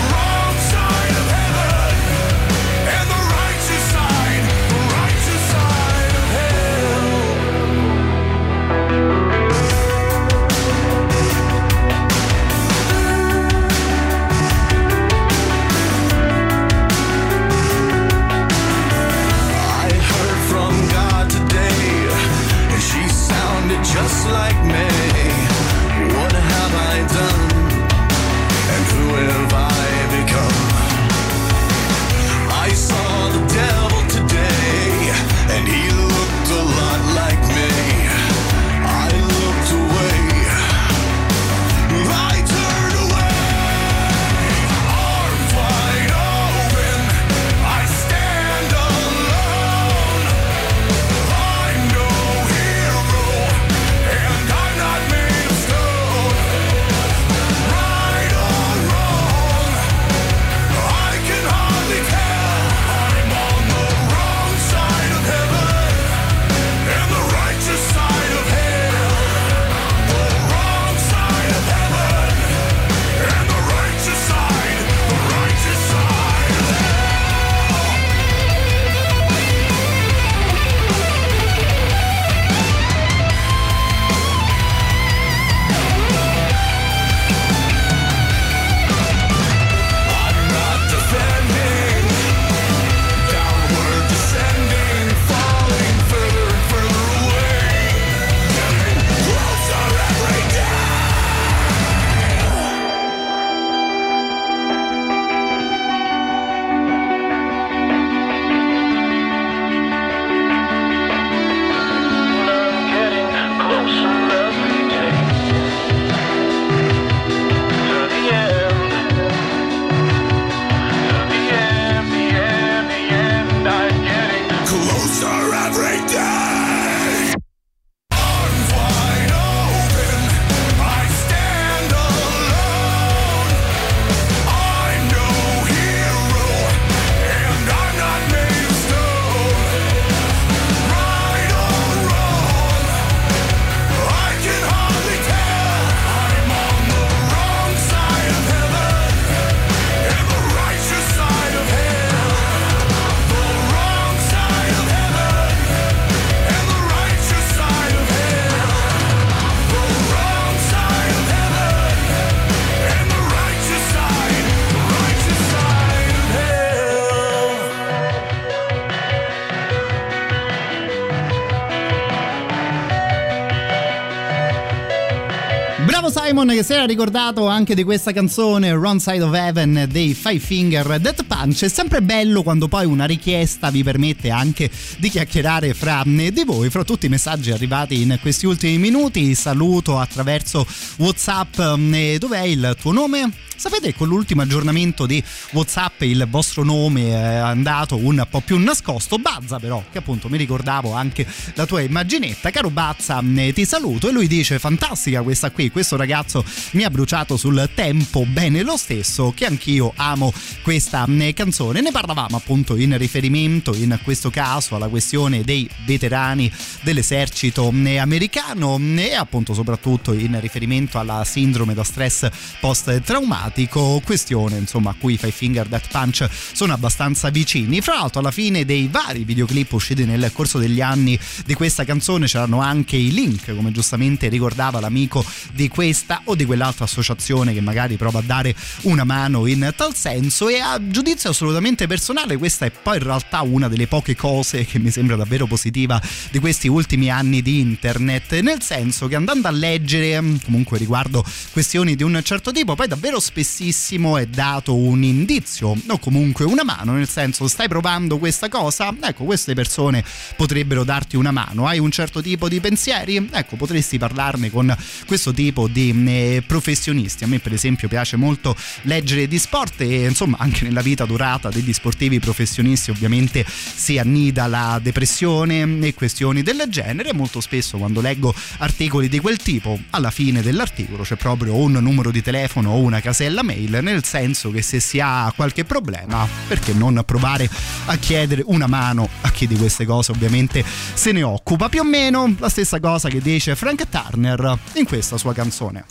Simon che si era ricordato anche di questa canzone Wrong Side of Heaven dei Five Finger Death Punch. È sempre bello quando poi una richiesta vi permette anche di chiacchierare fra di voi, fra tutti i messaggi arrivati in questi ultimi minuti. Saluto attraverso WhatsApp. Dov'è il tuo nome? Sapete, con l'ultimo aggiornamento di WhatsApp il vostro nome è andato un po' più nascosto. Bazza però, che appunto mi ricordavo anche la tua immaginetta. Caro Bazza, ti saluto. E lui dice: fantastica questa qui, questo ragazzo mi ha bruciato sul tempo bene lo stesso, che anch'io amo questa canzone. Ne parlavamo appunto in riferimento in questo caso alla questione dei veterani dell'esercito americano e appunto soprattutto in riferimento alla sindrome da stress post-traumatico, questione insomma a cui i Five Finger Death Punch sono abbastanza vicini. Fra l'altro alla fine dei vari videoclip usciti nel corso degli anni di questa canzone c'erano anche i link, come giustamente ricordava l'amico di questa o di quell'altra associazione che magari prova a dare una mano in tal senso. E a giudizio assolutamente personale questa è poi in realtà una delle poche cose che mi sembra davvero positiva di questi ultimi anni di internet, nel senso che andando a leggere comunque riguardo questioni di un certo tipo poi davvero spessissimo è dato un indizio o comunque una mano, nel senso: stai provando questa cosa? Ecco, queste persone potrebbero darti una mano. Hai un certo tipo di pensieri? Ecco, potresti parlarne con questo tipo di professionisti. A me per esempio piace molto leggere di sport e insomma anche nella vita durata degli sportivi professionisti ovviamente si annida la depressione e questioni del genere. Molto spesso quando leggo articoli di quel tipo alla fine dell'articolo c'è proprio un numero di telefono o una casella mail, nel senso che se si ha qualche problema perché non provare a chiedere una mano a chi di queste cose ovviamente se ne occupa. Più o meno la stessa cosa che dice Frank Turner in questa sua canzone.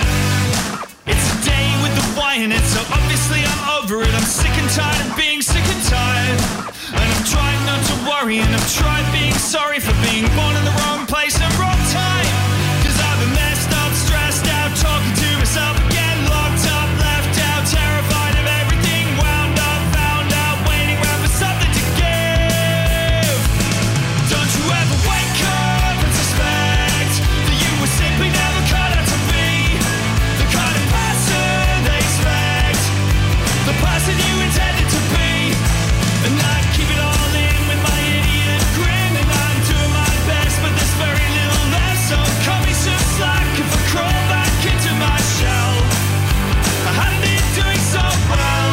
It's a day with the wine and so obviously I'm over it. I'm sick and tired of being sick and tired. And I'm trying not to worry and I've tried being sorry for being born in the wrong place and wrong time. Cause I've been messed up, stressed out, talking to myself again, locked up, left out, terrified of everything, wound up, found out, waiting around for something to give. Don't you ever wake up and suspect that you were simply never cut out to be the kind of person they expect, the person you intended to be. And I keep it all in with my idiot grin, and I'm doing my best, but there's very little left. So cut me some slack if I crawl back into my shell. I haven't been doing so well.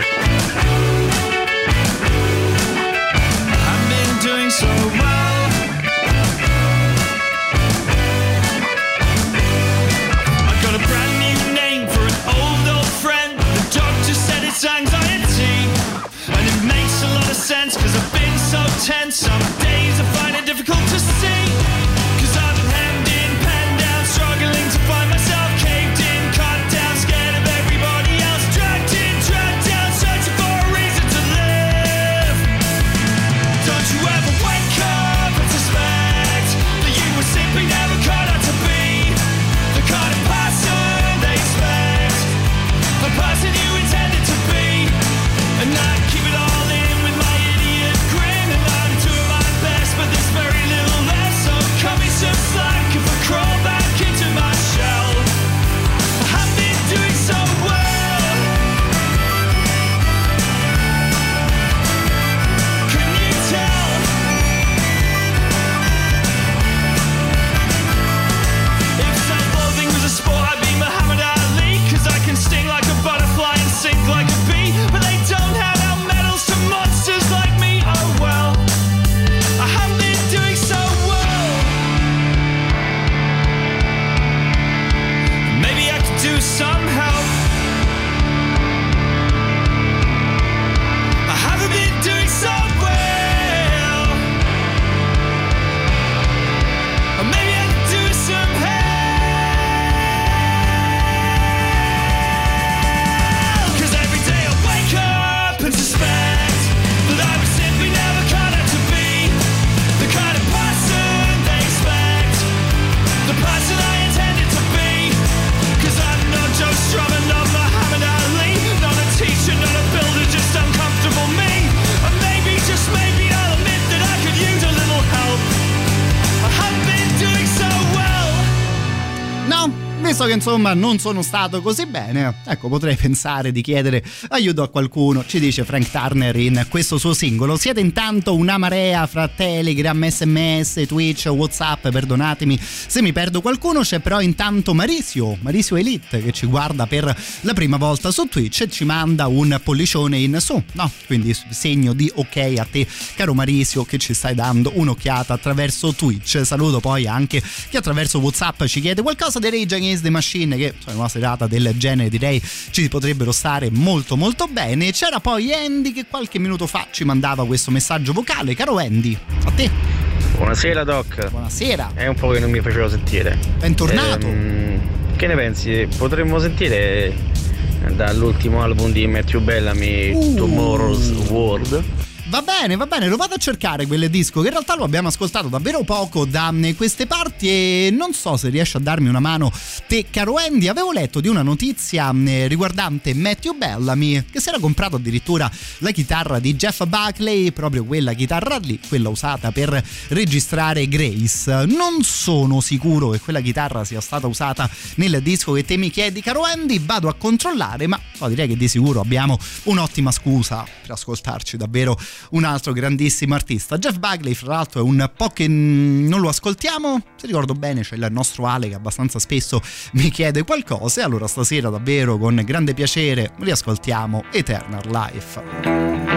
I haven't been doing so well. I got a brand new name for an old friend. The doctor said it's anxiety, and it makes a lot of sense, cause I've been so tense. Some days I find it difficult to see, cause I've been hemmed in, penned down, struggling to find myself, caved in, cut down, scared of everybody else, dragged in, dragged down, searching for a reason to live. Don't you ever wake up and suspect that you were simply never cut out to be the kind of person they expect, the person you intended to be. And I keep it all in with my idiot grin, and I'm doing my visto che insomma non sono stato così bene, ecco, potrei pensare di chiedere aiuto a qualcuno, ci dice Frank Turner in questo suo singolo. Siete intanto una marea fra Telegram, SMS, Twitch, WhatsApp, perdonatemi se mi perdo qualcuno. C'è però intanto Marisio Elite che ci guarda per la prima volta su Twitch e ci manda un pollicione in su, no? Quindi segno di ok a te, caro Marisio, che ci stai dando un'occhiata attraverso Twitch. Saluto poi anche chi attraverso WhatsApp ci chiede qualcosa di Rage Against the Machine, che in una serata del genere direi ci potrebbero stare molto molto bene. C'era poi Andy che qualche minuto fa ci mandava questo messaggio vocale. Caro Andy, a te. Buonasera Doc. Buonasera. È un po' che non mi facevo sentire. Bentornato. Che ne pensi? Potremmo sentire dall'ultimo album di Matthew Bellamy, Tomorrow's World? Va bene, lo vado a cercare quel disco, che in realtà lo abbiamo ascoltato davvero poco da queste parti e non so se riesci a darmi una mano te, caro Andy. Avevo letto di una notizia riguardante Matthew Bellamy, che si era comprato addirittura la chitarra di Jeff Buckley, proprio quella chitarra lì, quella usata per registrare Grace. Non sono sicuro che quella chitarra sia stata usata nel disco che te mi chiedi, caro Andy, vado a controllare, ma direi che di sicuro abbiamo un'ottima scusa per ascoltarci davvero un altro grandissimo artista. Jeff Buckley, fra l'altro, è un po' che non lo ascoltiamo, se ricordo bene c'è il nostro Ale che abbastanza spesso mi chiede qualcosa, e allora stasera davvero con grande piacere riascoltiamo Eternal Life.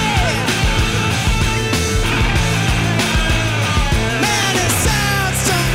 Man, it sounds so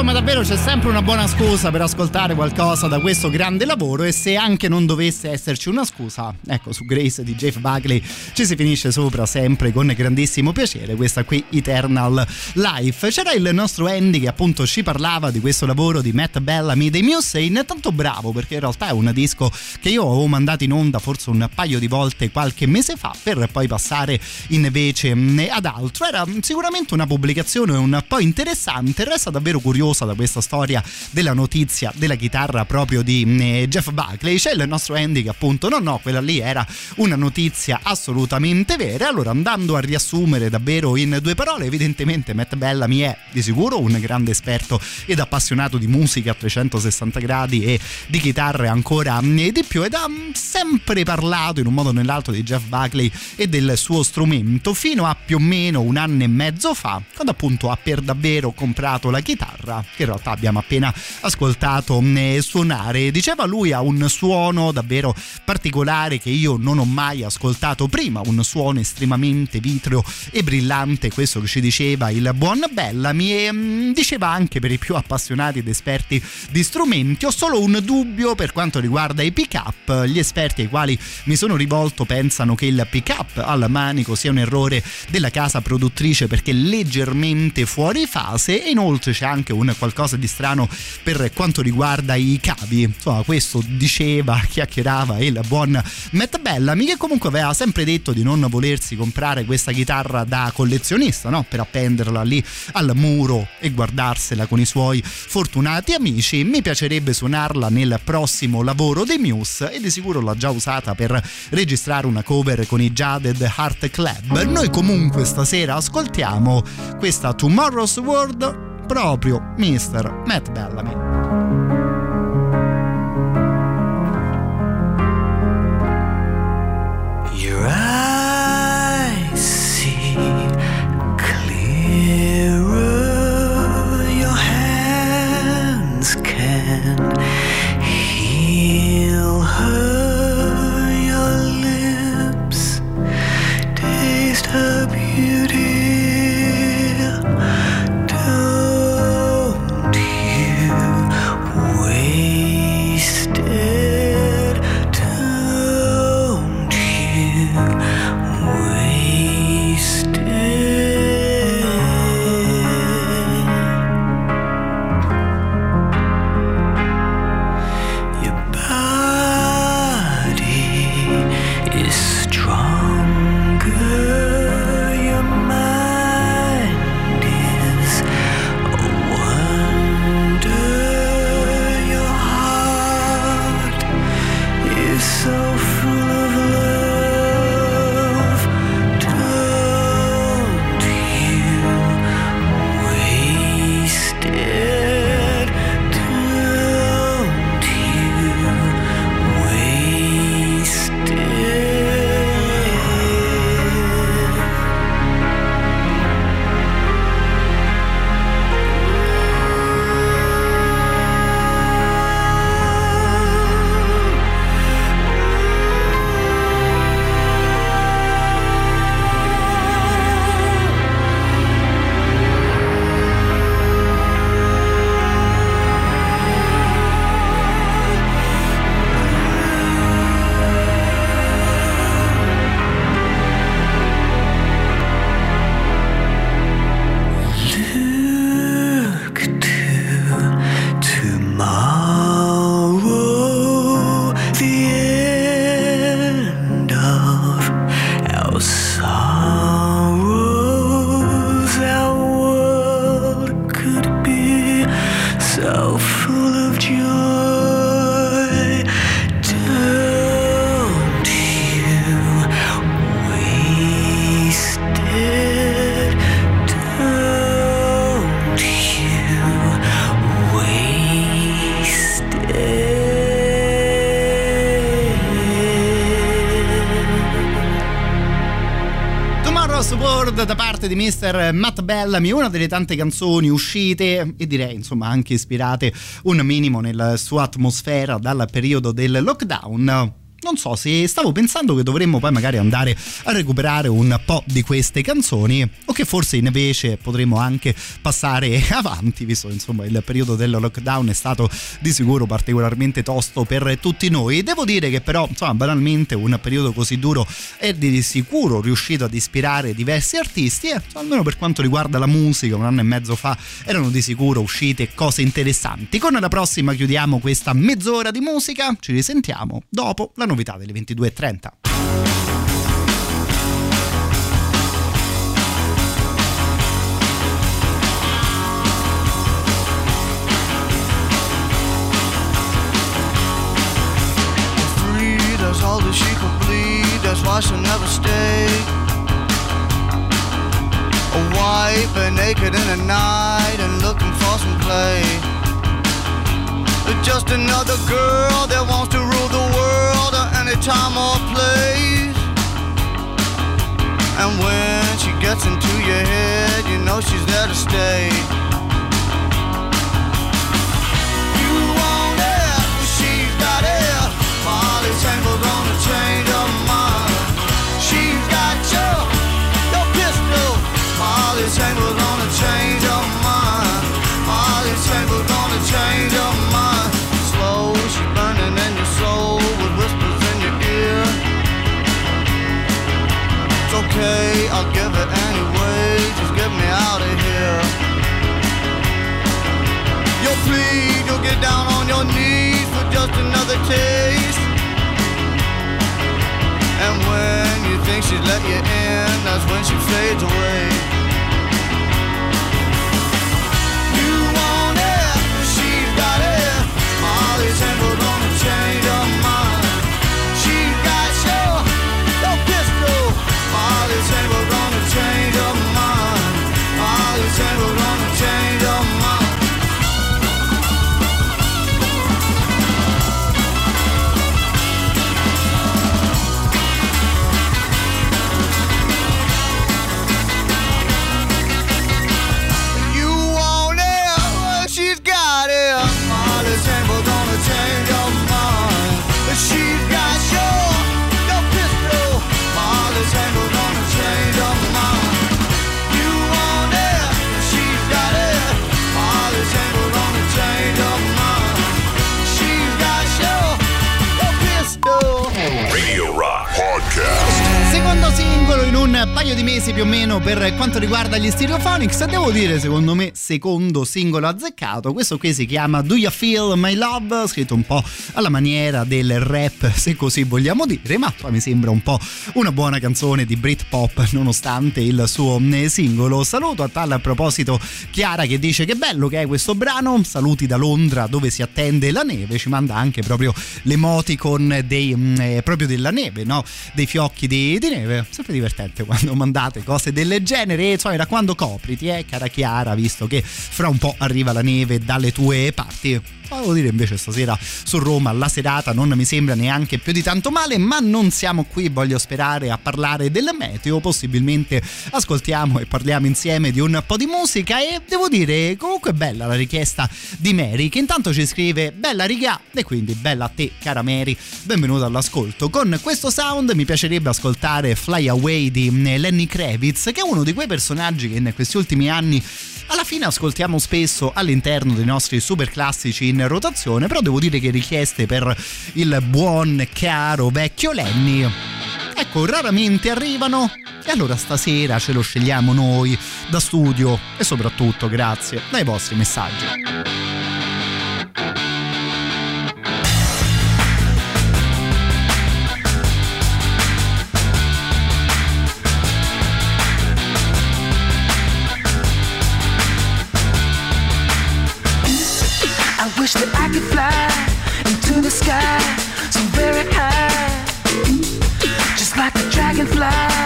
insomma davvero c'è sempre una buona scusa per ascoltare qualcosa da questo grande lavoro, e se anche non dovesse esserci una scusa, ecco, su Grace di Jeff Buckley ci si finisce sopra sempre con grandissimo piacere. Questa qui, Eternal Life. C'era il nostro Andy che appunto ci parlava di questo lavoro di Matt Bellamy dei Muse, e intanto bravo, perché in realtà è un disco che io avevo mandato in onda forse un paio di volte qualche mese fa, per poi passare invece ad altro. Era sicuramente una pubblicazione un po' interessante, resta davvero curiosa da questa storia della notizia della chitarra proprio di Jeff Buckley. C'è il nostro Andy che appunto no, quella lì era una notizia assolutamente vera. Allora, andando a riassumere davvero in due parole, evidentemente Matt Bellamy è di sicuro un grande esperto ed appassionato di musica a 360 gradi e di chitarre ancora di più, ed ha sempre parlato in un modo o nell'altro di Jeff Buckley e del suo strumento fino a più o meno un anno e mezzo fa, quando appunto ha per davvero comprato la chitarra che in realtà abbiamo appena ascoltato suonare. Diceva lui ha un suono davvero particolare che io non ho mai ascoltato prima, un suono estremamente vitreo e brillante, questo che ci diceva il buon Bellamy, e diceva anche per i più appassionati ed esperti di strumenti: ho solo un dubbio per quanto riguarda i pick up, gli esperti ai quali mi sono rivolto pensano che il pick up al manico sia un errore della casa produttrice perché leggermente fuori fase, e inoltre c'è anche un qualcosa di strano per quanto riguarda i cavi. Insomma, questo diceva, chiacchierava il buon Matt Bellamy, che comunque aveva sempre detto di non volersi comprare questa chitarra da collezionista, no? Per appenderla lì al muro e guardarsela con i suoi fortunati amici. Mi piacerebbe suonarla nel prossimo lavoro dei Muse, e di sicuro l'ha già usata per registrare una cover con i Jaded Heart Club. Noi comunque stasera ascoltiamo questa Tomorrow's World, proprio Mr. Matt Bellamy. Your eyes see clearer, your hands can heal her, your lips taste her beauty. Don't you waste it, don't you waste it. Your body is stronger, your mind is a wonder, your heart is so full of love. Don't you waste it, don't you waste it. Look to tomorrow, the end of our sorrows. Our world could be so full of joy. Don't you waste it, don't you waste it. Tomorrow's World da parte di Mr. Matt Bellamy, una delle tante canzoni uscite e direi insomma anche ispirate un minimo nella sua atmosfera dal periodo del lockdown. non so, se stavo pensando che dovremmo poi magari andare a recuperare un po' di queste canzoni, o che forse invece potremmo anche passare avanti, visto che insomma il periodo del lockdown è stato di sicuro particolarmente tosto per tutti noi. Devo dire che però insomma banalmente un periodo così duro è di sicuro riuscito ad ispirare diversi artisti e almeno per quanto riguarda la musica un anno e mezzo fa erano di sicuro uscite cose interessanti. Con la prossima chiudiamo questa mezz'ora di musica, ci risentiamo dopo la novità delle 22:30. That's all that she could bleed, that's why she'll never stay. A wife and naked in the night and looking for some play. Just another girl that wants to rule the world at any time or place. And when she gets into your head, you know she's there to stay. You want it, she's got it. Molly Tangle's gonna change her mind. She's got your pistol. Molly Tangle's gonna change her mind. Molly Tangle's gonna change her mind. Slow, she's burning in your soul with whispers in your ear. It's okay, I'll give it anyway. Just get me out of here. You'll plead, you'll get down on your knees for just another taste. And when you think she's let you in, that's when she fades away. You want it, she's got it. Molly Tangle's gonna change her mind. She's got your pistol. Molly Tangle's gonna change her mind. Molly Tangle's gonna change her mind. Secondo singolo in un paio di mesi più o meno per quanto riguarda gli Stereophonics, devo dire secondo me secondo singolo azzeccato. Questo qui si chiama Do You Feel My Love, scritto un po' alla maniera del rap, se così vogliamo dire, ma mi sembra un po' una buona canzone di Britpop nonostante il suo singolo. Saluto a tal proposito Chiara che dice che bello che è questo brano, saluti da Londra dove si attende la neve, ci manda anche proprio l'emoticon proprio della neve, no? Dei fiocchi di neve, sempre divertente quando mandate cose del genere. Insomma, da quando copriti, cara Chiara, visto che fra un po' arriva la neve dalle tue parti. Devo dire invece stasera su Roma la serata non mi sembra neanche più di tanto male, ma non siamo qui, voglio sperare, a parlare del meteo. Possibilmente ascoltiamo e parliamo insieme di un po' di musica e devo dire comunque bella la richiesta di Mary, che intanto ci scrive bella riga, e quindi bella a te cara Mary, benvenuta all'ascolto. Con questo sound mi piacerebbe ascoltare Fly Away di Lenny Kravitz, che è uno di quei personaggi che in questi ultimi anni alla fine ascoltiamo spesso all'interno dei nostri super classici in rotazione, però devo dire che richieste per il buon caro vecchio Lenny, ecco, raramente arrivano, e allora stasera ce lo scegliamo noi da studio e soprattutto grazie dai vostri messaggi. I wish that I could fly into the sky so very high, just like a dragonfly.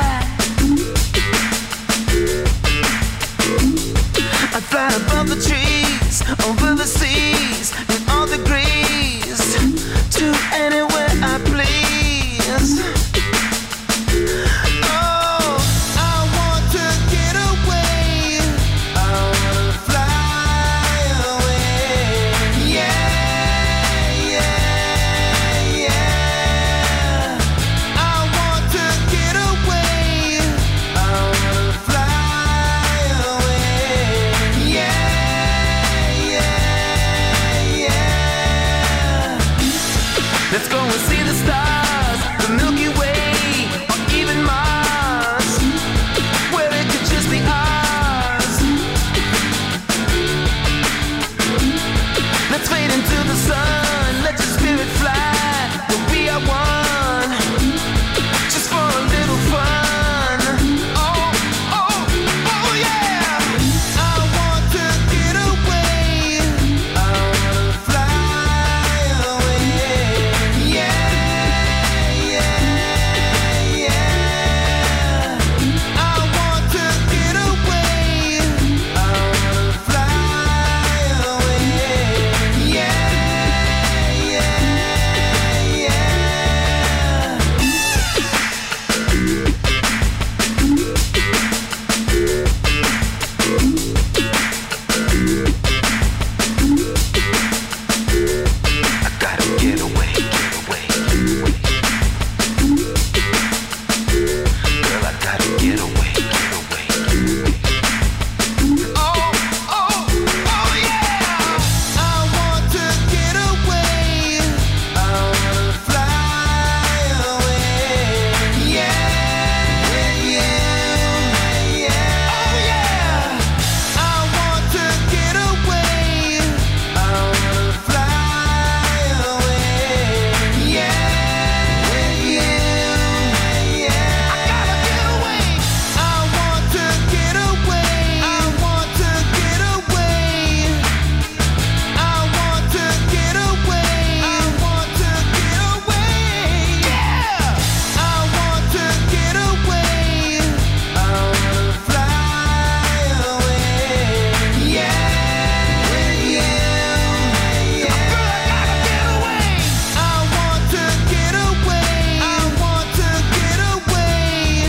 I'd fly above the trees, over the seas, in all degrees, to anywhere I please. Oh, I want to get away, I wanna fly away. Yeah, yeah, yeah. Let's go and see the stars, the Milky Way, or even Mars, where it could just be ours. Let's fade into the sun, let your spirit fly, but we are one, just for a little fun. Oh, oh, oh yeah! I want to get away, I wanna fly away. Yeah, yeah, yeah. I want to get away, I wanna fly away. Yeah, yeah, yeah. I gotta get away, get away, get away. Girl, I gotta get away, get away, get away. Oh, oh, oh yeah! I want to get away, I wanna fly away. Yeah, yeah, yeah. Oh yeah! I want to get away, I wanna fly away. Yeah, yeah, yeah. I gotta get away. I want to get away. I want to get away. I want to get away. I want to get away. Yeah. I want to get away. I wanna fly away. Yeah, yeah, yeah. Girl, I gotta get away. I want to get away. I want to get away.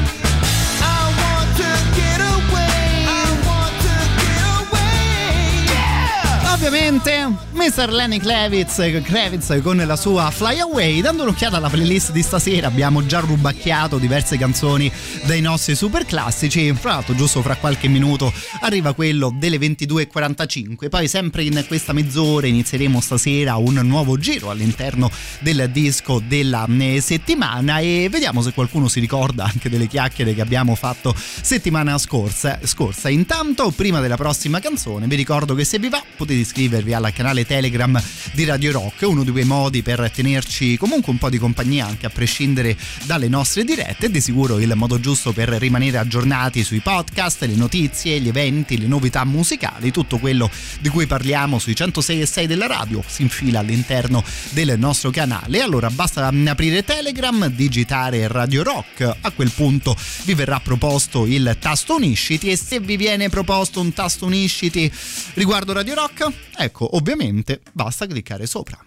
I want to get away. I want to get away. Yeah. Ovviamente Mr. Lenny Kravitz con la sua Fly Away. Dando un'occhiata alla playlist di stasera abbiamo già rubacchiato diverse canzoni dai nostri super classici. Fra l'altro giusto fra qualche minuto arriva quello delle 22.45. Poi sempre in questa mezz'ora inizieremo stasera un nuovo giro all'interno del disco della settimana e vediamo se qualcuno si ricorda anche delle chiacchiere che abbiamo fatto settimana scorsa. Intanto, prima della prossima canzone, vi ricordo che se vi va potete iscrivervi al canale Telegram di Radio Rock, uno di quei modi per tenerci comunque un po' di compagnia anche a prescindere dalle nostre dirette, e di sicuro il modo giusto per rimanere aggiornati sui podcast, le notizie, gli eventi, le novità musicali, tutto quello di cui parliamo sui 106.6 della radio si infila all'interno del nostro canale. Allora basta aprire Telegram, digitare Radio Rock, a quel punto vi verrà proposto il tasto unisciti, e se vi viene proposto un tasto unisciti riguardo Radio Rock, ecco, ovviamente basta cliccare sopra.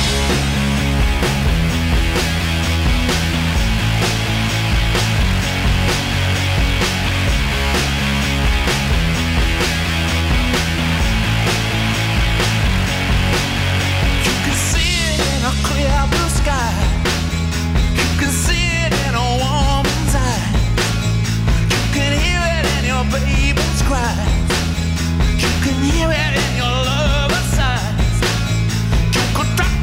Baby's cry. You can hear it in your lover's eyes. You could drop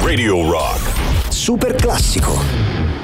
Radio Rock. Super classico.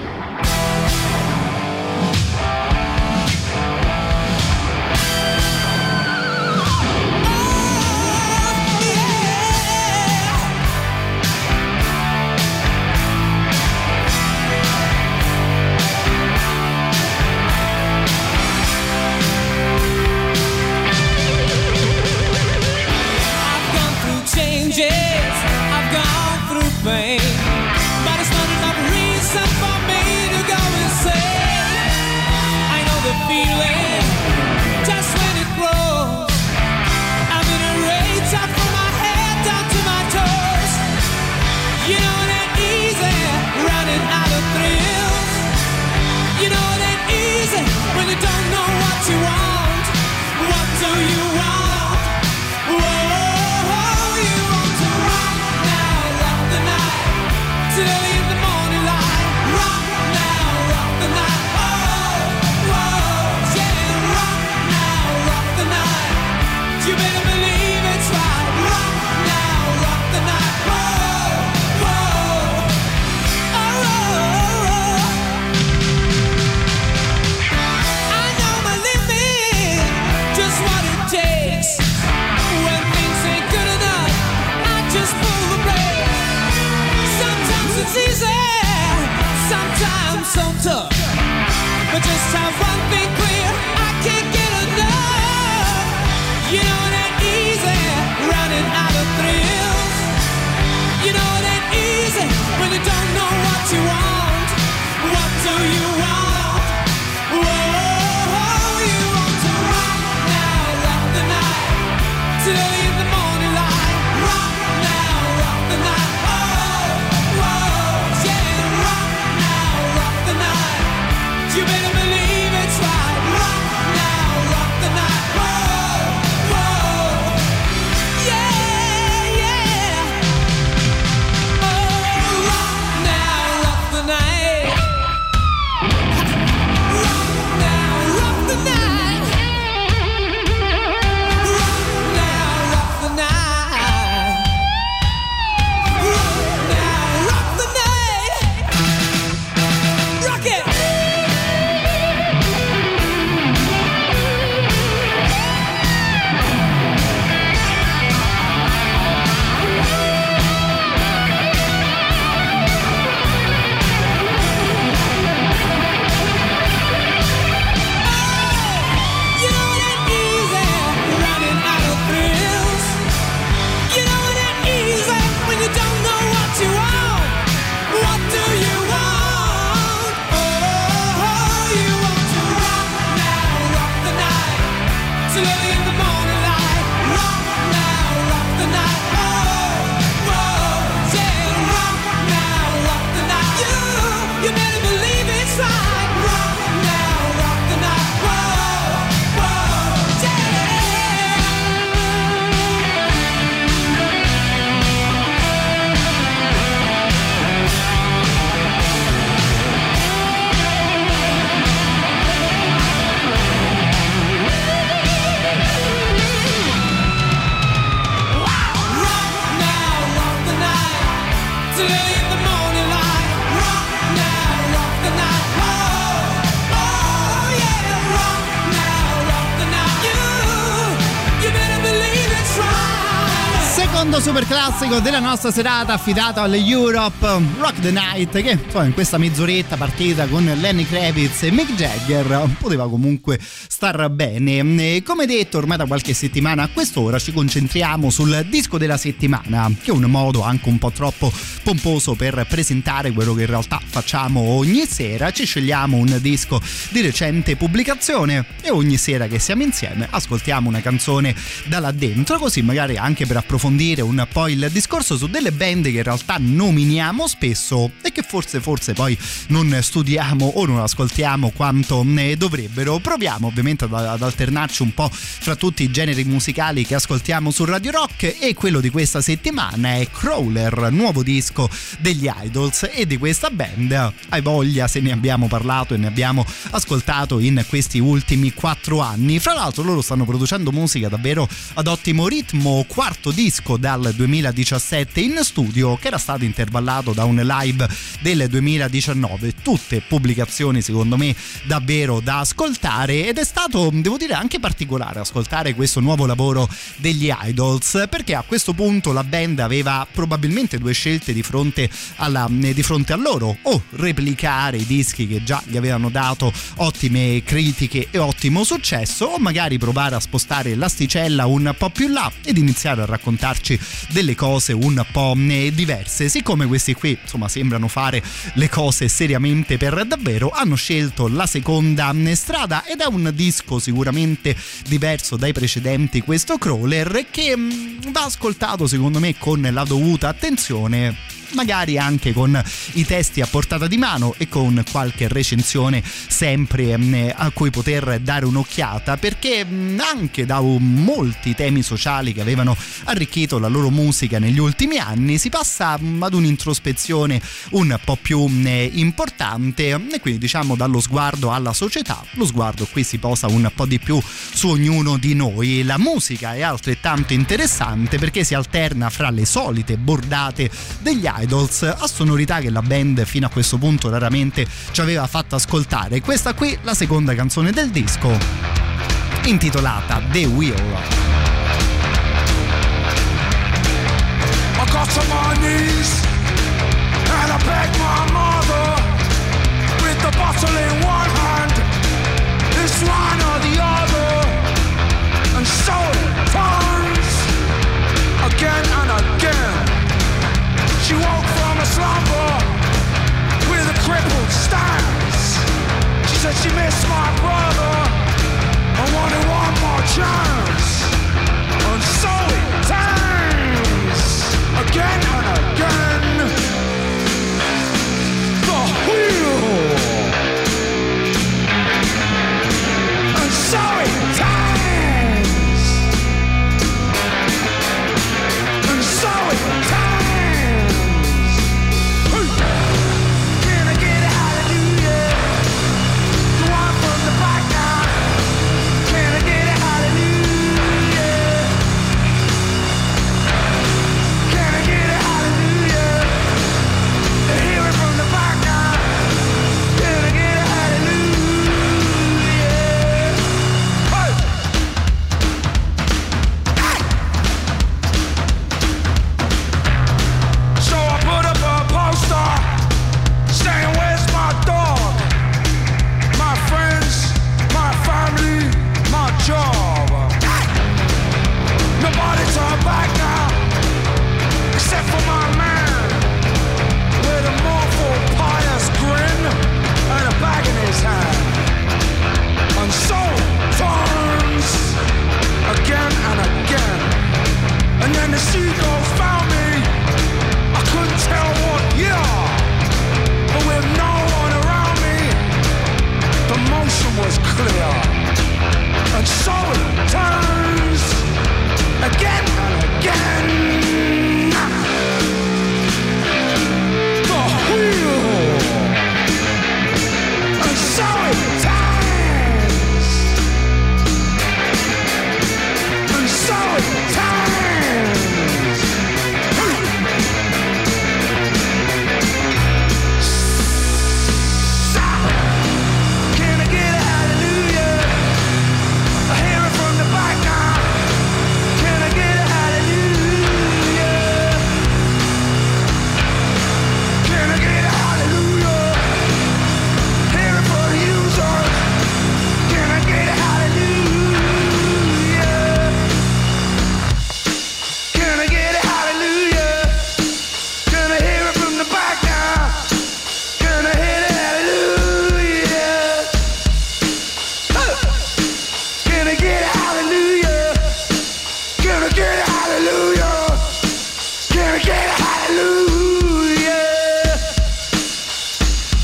Pain, but it's not enough reason for me to go insane. I know the feeling just when it grows. I'm in a rage up from my head down to my toes. You know that easy, running out of thrills. You know that easy when you don't know what you want. What do you want? Whoa. Till in the morning light, rock now, rock the night. Oh, whoa, yeah, rock now, rock the night. You better believe it's right. Rock now, rock the night. Whoa, whoa, oh. I know my limit, just what it takes. When things ain't good enough, I just pull the brake. Sometimes it's easy, sometimes so tough. But just have one thing clear, I can't get enough. You know that easy, running out of thrills. You know that easy, when you don't know what you want. What do you want? Whoa, you want to rock now, rock the night. Till in the morning light, rock now, rock the night. You better believe it's right. Rock now, rock the night. Whoa, whoa, yeah, yeah. Oh, rock now, rock the night. Rock now, rock the night. Rock now, rock the night. Rock now, rock the night. Rock it. Super classico della nostra serata affidato alle Europe, Rock the Night, che poi in questa mezz'oretta partita con Lenny Kravitz e Mick Jagger poteva comunque star bene. Come detto, ormai da qualche settimana a quest'ora ci concentriamo sul disco della settimana, che è un modo anche un po' troppo pomposo per presentare quello che in realtà facciamo ogni sera. Ci scegliamo un disco di recente pubblicazione e ogni sera che siamo insieme ascoltiamo una canzone da là dentro, così magari anche per approfondire un po' il discorso su delle band che in realtà nominiamo spesso e che forse poi non studiamo o non ascoltiamo quanto ne dovrebbero. Proviamo ovviamente ad alternarci un po' fra tutti i generi musicali che ascoltiamo su Radio Rock, e quello di questa settimana è Crawler, nuovo disco degli Idols, e di questa band hai voglia se ne abbiamo parlato e ne abbiamo ascoltato in questi ultimi 4 anni. Fra l'altro loro stanno producendo musica davvero ad ottimo ritmo, quarto disco dal 2017 in studio che era stato intervallato da un live del 2019, tutte pubblicazioni secondo me davvero da ascoltare, ed è stato, devo dire, anche particolare ascoltare questo nuovo lavoro degli Idols, perché a questo punto la band aveva probabilmente due scelte di fronte a loro: o replicare i dischi che già gli avevano dato ottime critiche e ottimo successo, o magari provare a spostare l'asticella un po' più là ed iniziare a raccontarci delle cose un po' diverse. Siccome questi qui insomma sembrano fare le cose seriamente per davvero, hanno scelto la seconda strada, ed è un disco sicuramente diverso dai precedenti, questo Crawler, che va ascoltato secondo me con la dovuta attenzione, magari anche con i testi a portata di mano e con qualche recensione sempre a cui poter dare un'occhiata, perché anche da molti temi sociali che avevano arricchito la loro musica negli ultimi anni si passa ad un'introspezione un po' più importante, e quindi diciamo dallo sguardo alla società, lo sguardo qui si posa un po' di più su ognuno di noi. La musica è altrettanto interessante perché si alterna fra le solite bordate degli Idols a sonorità che la band fino a questo punto raramente ci aveva fatto ascoltare. Questa qui, la seconda canzone del disco, intitolata The Wheel. I got on my knees and I begged my mother, with the bottle in one hand, this one or the other, and so it turns again and again. She woke from a slumber with a crippled stance. She said she missed my brother and wanted one more chance. And so it turns again and again. The wheel. And so it turns. And so it turns. Hallelujah.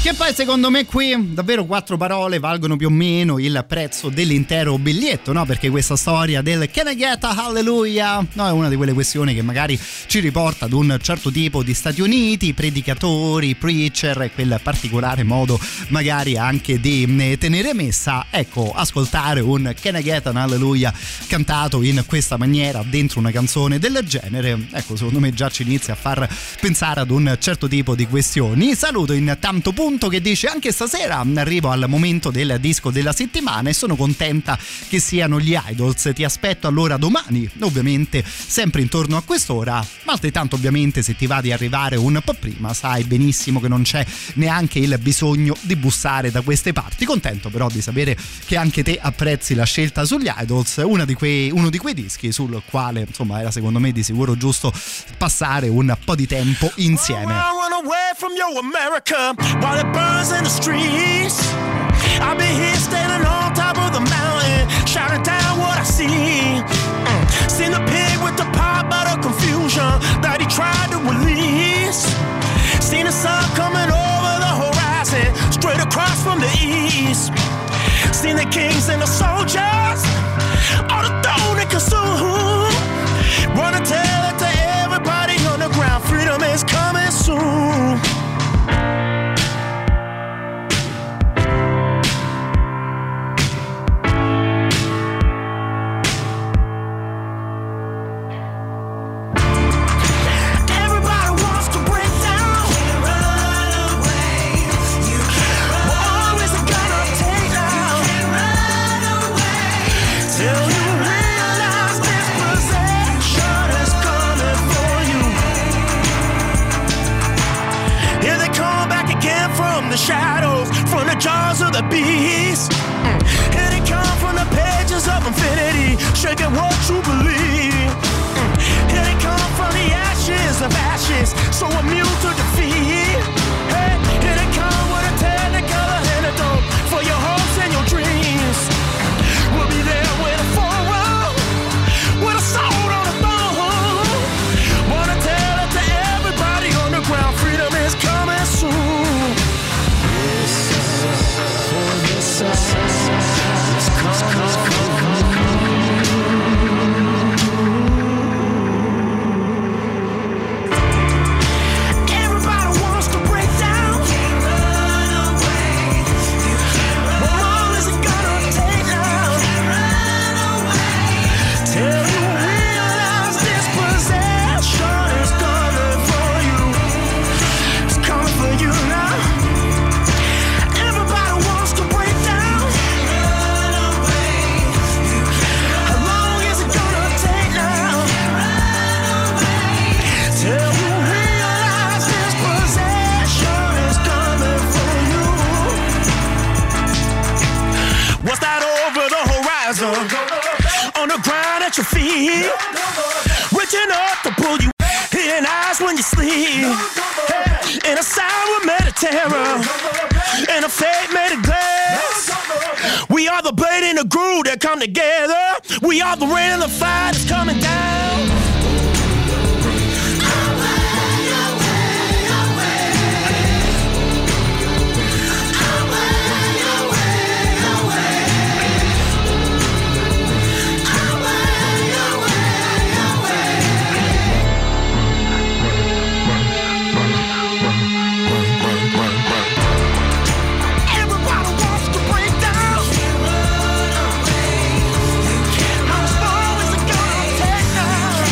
Che poi secondo me qui davvero 4 parole valgono più o meno il prezzo dell'intero biglietto, no? Perché questa storia del Can I Get a Hallelujah, no, è una di quelle questioni che magari ci riporta ad un certo tipo di Stati Uniti, predicatori, preacher e quel particolare modo magari anche di tenere messa. Ecco, ascoltare un Can I Get an Hallelujah cantato in questa maniera dentro una canzone del genere, ecco, secondo me già ci inizia a far pensare ad un certo tipo di questioni. Saluto intanto Punto che dice: anche stasera arrivo al momento del disco della settimana e sono contenta che siano gli Idols, ti aspetto allora domani, ovviamente sempre intorno a quest'ora, ma altrettanto ovviamente se ti va di arrivare un po' prima sai benissimo che non c'è neanche il bisogno di bussare da queste parti. Contento però di sapere che anche te apprezzi la scelta sugli Idols, uno di quei dischi sul quale insomma era secondo me di sicuro giusto passare un po' di tempo insieme. While it burns in the streets, I'll be here standing on top of the mountain, shouting down what I see. Seen the pig with the pot by the confusion that he tried to release. Seen the sun coming over the horizon, straight across from the east. Seen the kings and the soldiers, all the throne they consume. Wanna tell it to everybody on the ground, freedom is coming soon. Shadows from the jaws of the beast. Here they come from the pages of infinity, shaking what you believe. Here they come from the ashes of ashes, so immune to defeat. Hey, here they come with a technicolor antidote for your hopes and your dreams. We'll be there with a forward, with a sword on the throne. Wanna tell it to everybody on the ground, freedom is coming soon. Everybody wants to break down. Can't run away. You can't run. What long is it gonna take now? Can't run away. Till you realize this possession is coming for you. It's coming for you now. What's that over the horizon? On the ground at your feet, reaching up to pull you in eyes when you sleep. In a sour Mediterranean, and a fate made of glass. We are the blade and the groove that come together. We are the rain and the fire that's coming down. How long is it gonna take now?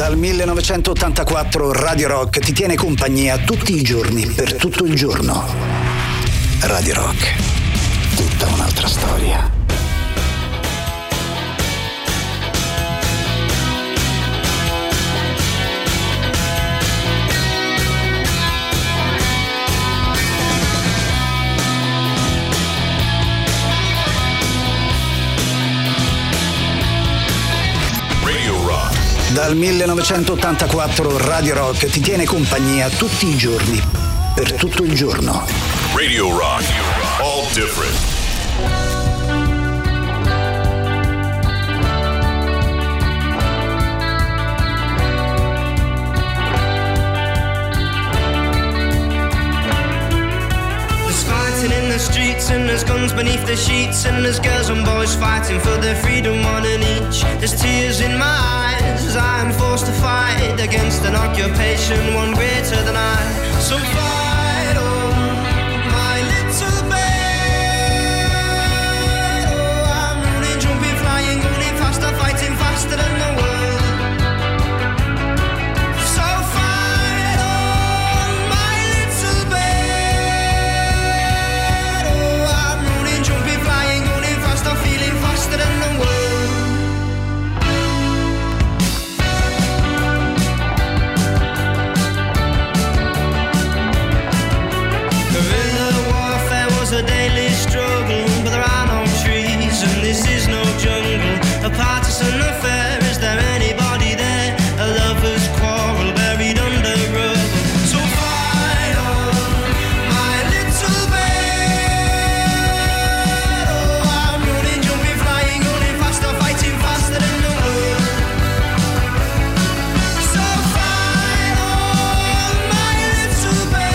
Dal 1984 Radio Rock ti tiene compagnia tutti i giorni per tutto il giorno. Radio Rock, tutta un'altra storia. Dal 1984 Radio Rock ti tiene compagnia tutti i giorni, per tutto il giorno. Radio Rock, all different. In the streets and there's guns beneath the sheets and there's girls and boys fighting for their freedom, one and each. There's tears in my eyes as I am forced to fight against an occupation one greater than I. So fight on, my little bed. Oh, I'm running, jumping, flying, going faster, fighting faster than the world. A daily struggle, but there are no trees and this is no jungle. A partisan affair, is there anybody there? A lover's quarrel buried under rubble. So fight on, my little bed. Oh, I'm running, jumping, flying, going faster, fighting faster than the world. So fight on, my little bed.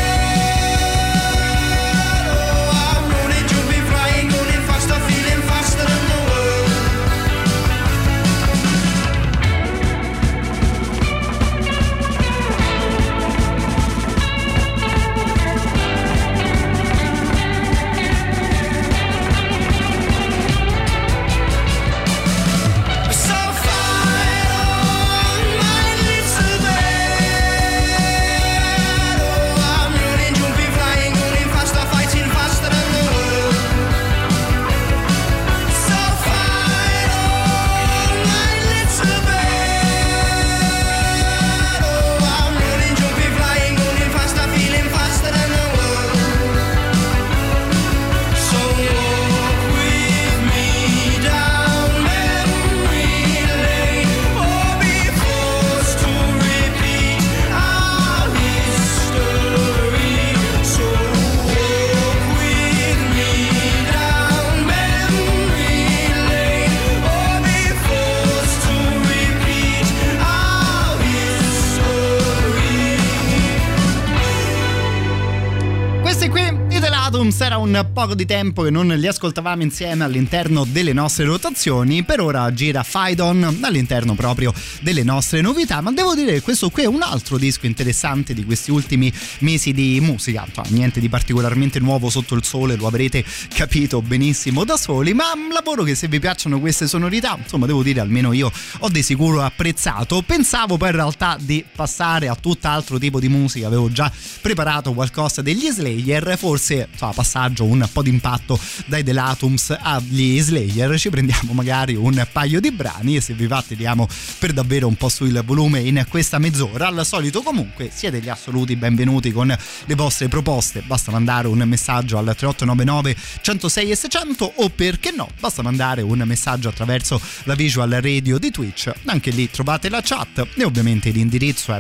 Era un poco di tempo che non li ascoltavamo insieme all'interno delle nostre rotazioni. Per ora gira Faidon all'interno proprio delle nostre novità, ma devo dire che questo qui è un altro disco interessante di questi ultimi mesi di musica, cioè niente di particolarmente nuovo sotto il sole, lo avrete capito benissimo da soli, ma un lavoro che, se vi piacciono queste sonorità, insomma devo dire almeno io ho di sicuro apprezzato. Pensavo poi in realtà di passare a tutt'altro tipo di musica, avevo già preparato qualcosa degli Slayer, forse passaggio un po' d'impatto dai The Latums agli Slayer, ci prendiamo magari un paio di brani e se vi va tiriamo per davvero un po' sul volume in questa mezz'ora. Al solito comunque siete gli assoluti benvenuti con le vostre proposte, basta mandare un messaggio al 3899 106 e 600 o perché no basta mandare un messaggio attraverso la visual radio di Twitch, anche lì trovate la chat e ovviamente l'indirizzo è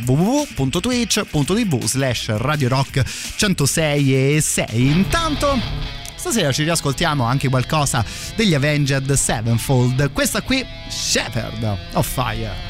www.twitch.tv/Radio Rock 106 e 6. Intanto stasera ci riascoltiamo anche qualcosa degli Avenged Sevenfold, questa qui Shepherd of Fire.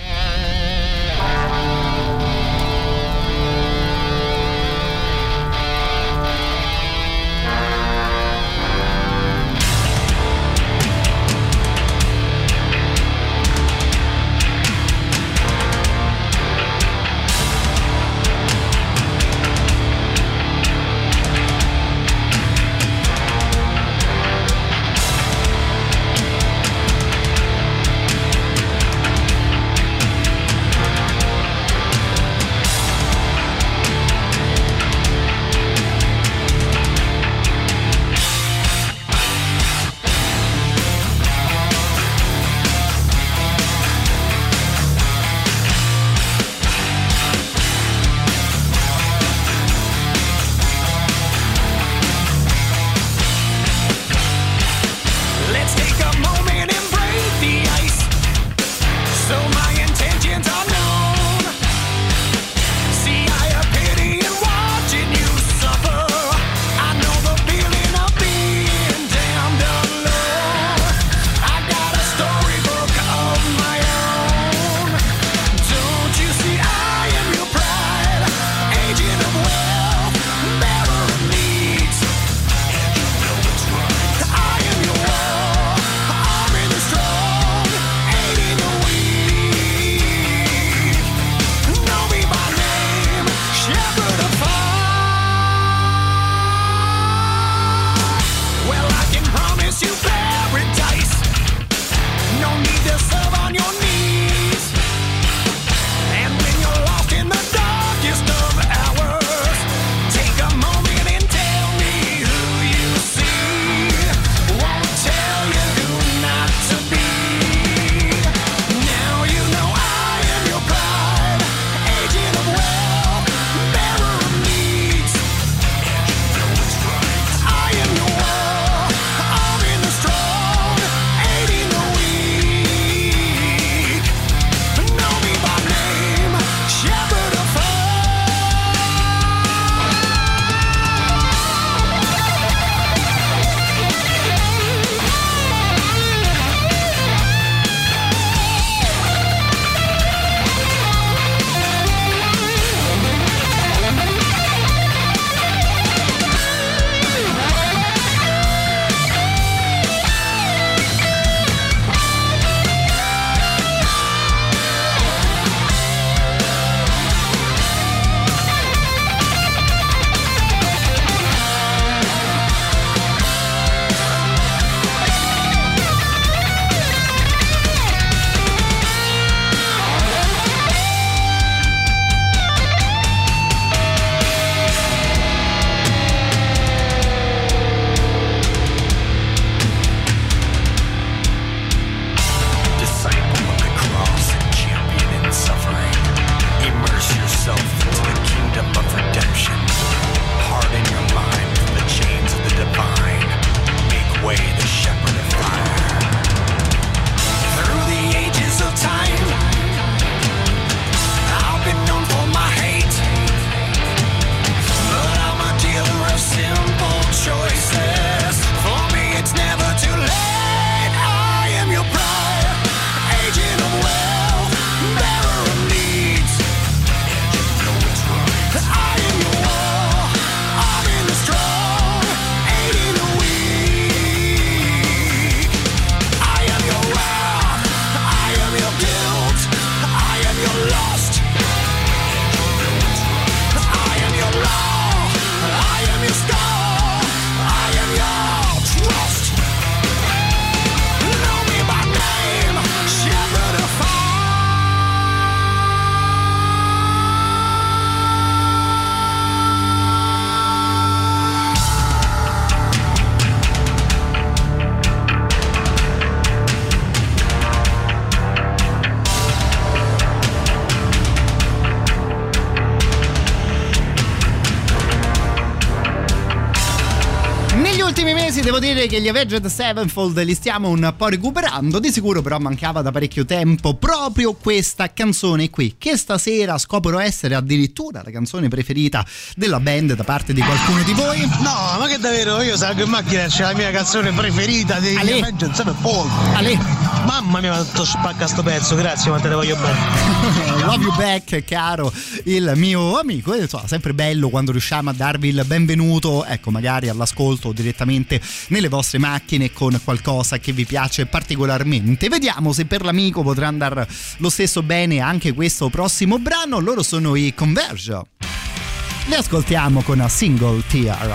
devo dire che gli Avenged Sevenfold li stiamo un po' recuperando, di sicuro però mancava da parecchio tempo proprio questa canzone qui, che stasera scopro essere addirittura la canzone preferita della band da parte di qualcuno di voi. No, ma che davvero, io salgo in macchina e c'è la mia canzone preferita degli Avenged Sevenfold. Mamma mia, quanto spacca sto pezzo, grazie, ma te ne voglio bene. Love you back, caro il mio amico, insomma, sempre bello quando riusciamo a darvi il benvenuto, ecco, magari all'ascolto o direttamente nelle vostre macchine con qualcosa che vi piace particolarmente. Vediamo se per l'amico potrà andare lo stesso bene anche questo prossimo brano. Loro sono i Converge, li ascoltiamo con A Single Tear.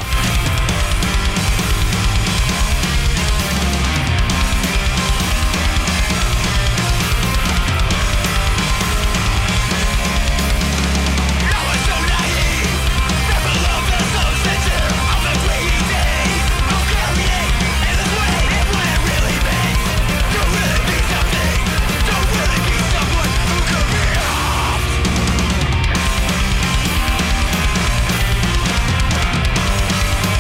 Don't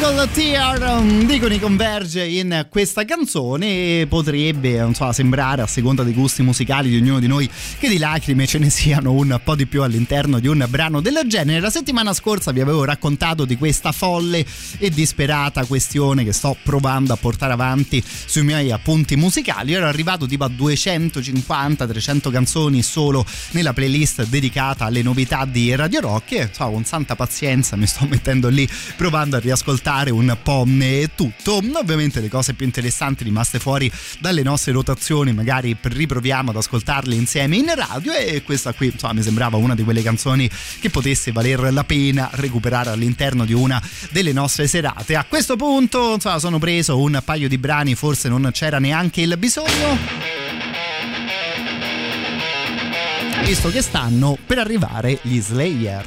Single Tear, dicono i Converge in questa canzone, e potrebbe, non so, sembrare, a seconda dei gusti musicali di ognuno di noi, che di lacrime ce ne siano un po' di più all'interno di un brano del genere. La settimana scorsa vi avevo raccontato di questa folle e disperata questione che sto provando a portare avanti sui miei appunti musicali. Ero arrivato tipo a 250-300 canzoni solo nella playlist dedicata alle novità di Radio Rock, e con santa pazienza mi sto mettendo lì provando a riascoltare un po' tutto. Ovviamente le cose più interessanti rimaste fuori dalle nostre rotazioni magari riproviamo ad ascoltarle insieme in radio, e questa qui mi sembrava una di quelle canzoni che potesse valer la pena recuperare all'interno di una delle nostre serate. A questo punto sono preso un paio di brani, forse non c'era neanche il bisogno, visto che stanno per arrivare gli Slayer.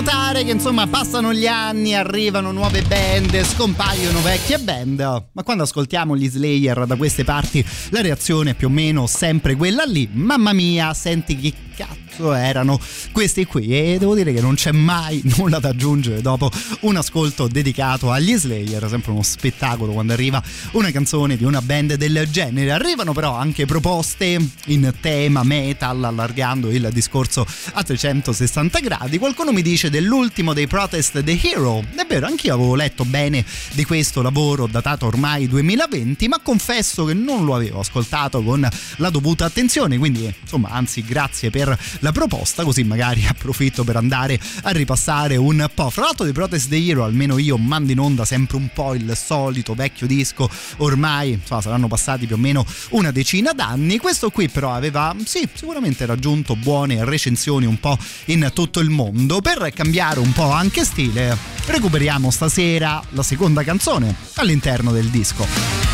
notare che insomma passano gli anni, arrivano nuove band, scompaiono vecchie band, ma quando ascoltiamo gli Slayer da queste parti la reazione è più o meno sempre quella lì: mamma mia, senti che cazzo erano questi qui. E devo dire che non c'è mai nulla da aggiungere dopo un ascolto dedicato agli Slayer, sempre uno spettacolo quando arriva una canzone di una band del genere. Arrivano però anche proposte in tema metal, allargando il discorso a 360 gradi. Qualcuno mi dice dell'ultimo dei Protest, The Hero. È vero, anch'io avevo letto bene di questo lavoro datato ormai 2020, ma confesso che non lo avevo ascoltato con la dovuta attenzione, quindi insomma, anzi, grazie per la proposta, così magari approfitto per andare a ripassare un po'. Fra l'altro di Protest, The Hero almeno io mando in onda sempre un po' il solito vecchio disco, ormai insomma saranno passati più o meno una decina d'anni. Questo qui però aveva sicuramente raggiunto buone recensioni un po' in tutto il mondo. Per cambiare un po' anche stile, recuperiamo stasera la seconda canzone all'interno del disco.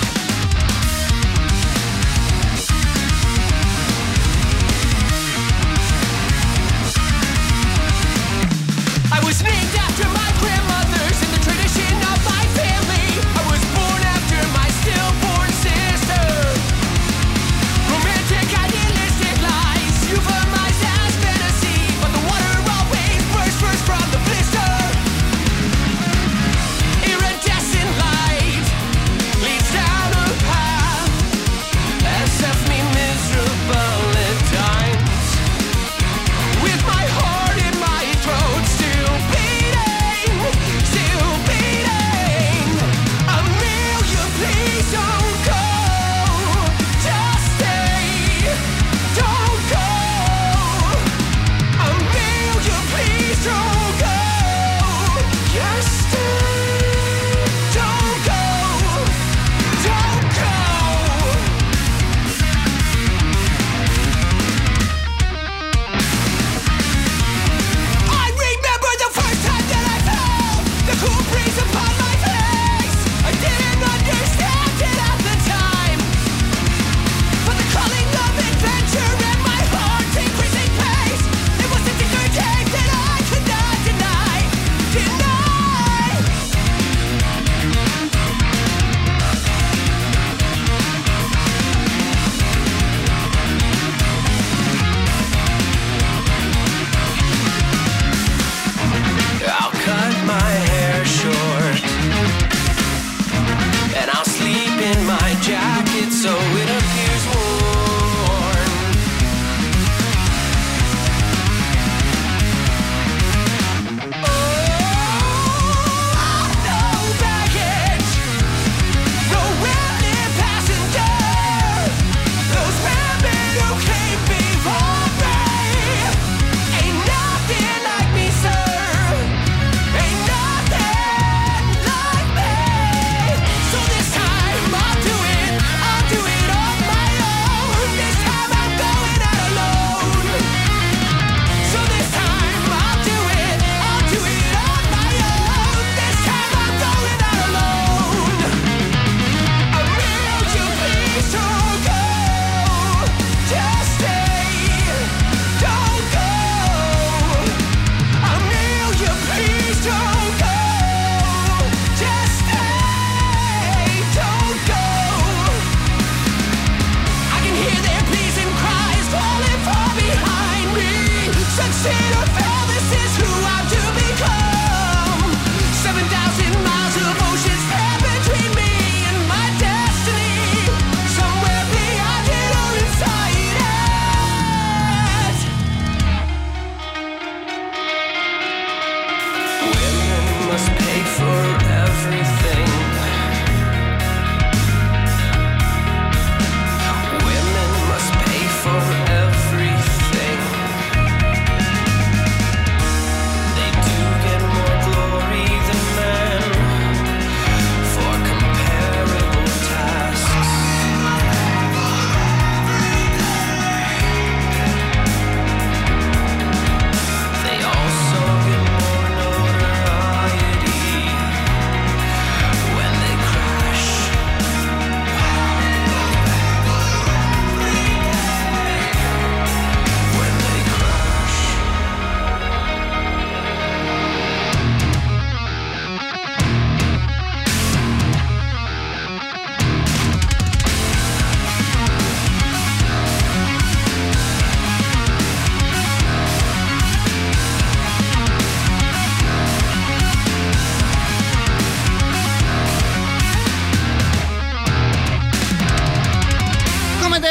Iridescent light leads down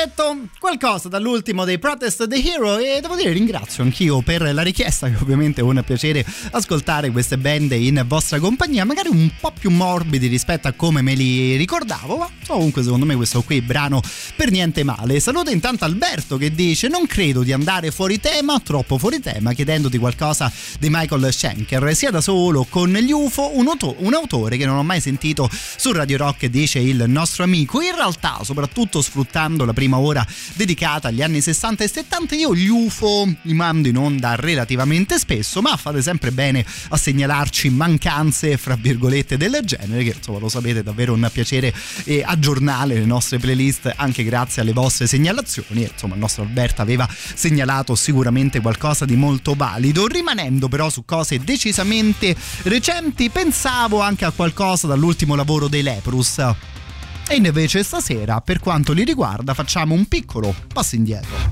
Perfetto, qualcosa dall'ultimo dei Protest the Hero, e devo dire ringrazio anch'io per la richiesta, che ovviamente è un piacere ascoltare queste band in vostra compagnia, magari un po' più morbidi rispetto a come me li ricordavo, ma comunque secondo me questo qui brano per niente male. Saluto intanto Alberto che dice: non credo di andare fuori tema, troppo fuori tema, chiedendoti qualcosa di Michael Schenker, sia da solo con gli UFO, un autore che non ho mai sentito su Radio Rock, dice il nostro amico. In realtà, soprattutto sfruttando la prima ora dedicata agli anni 60 e 70, io gli UFO li mando in onda relativamente spesso, ma fate sempre bene a segnalarci mancanze fra virgolette del genere, che insomma lo sapete, è davvero un piacere aggiornare le nostre playlist anche grazie alle vostre segnalazioni, e insomma il nostro Alberto aveva segnalato sicuramente qualcosa di molto valido. Rimanendo però su cose decisamente recenti, pensavo anche a qualcosa dall'ultimo lavoro dei Leprous, e invece stasera, per quanto li riguarda, facciamo un piccolo passo indietro.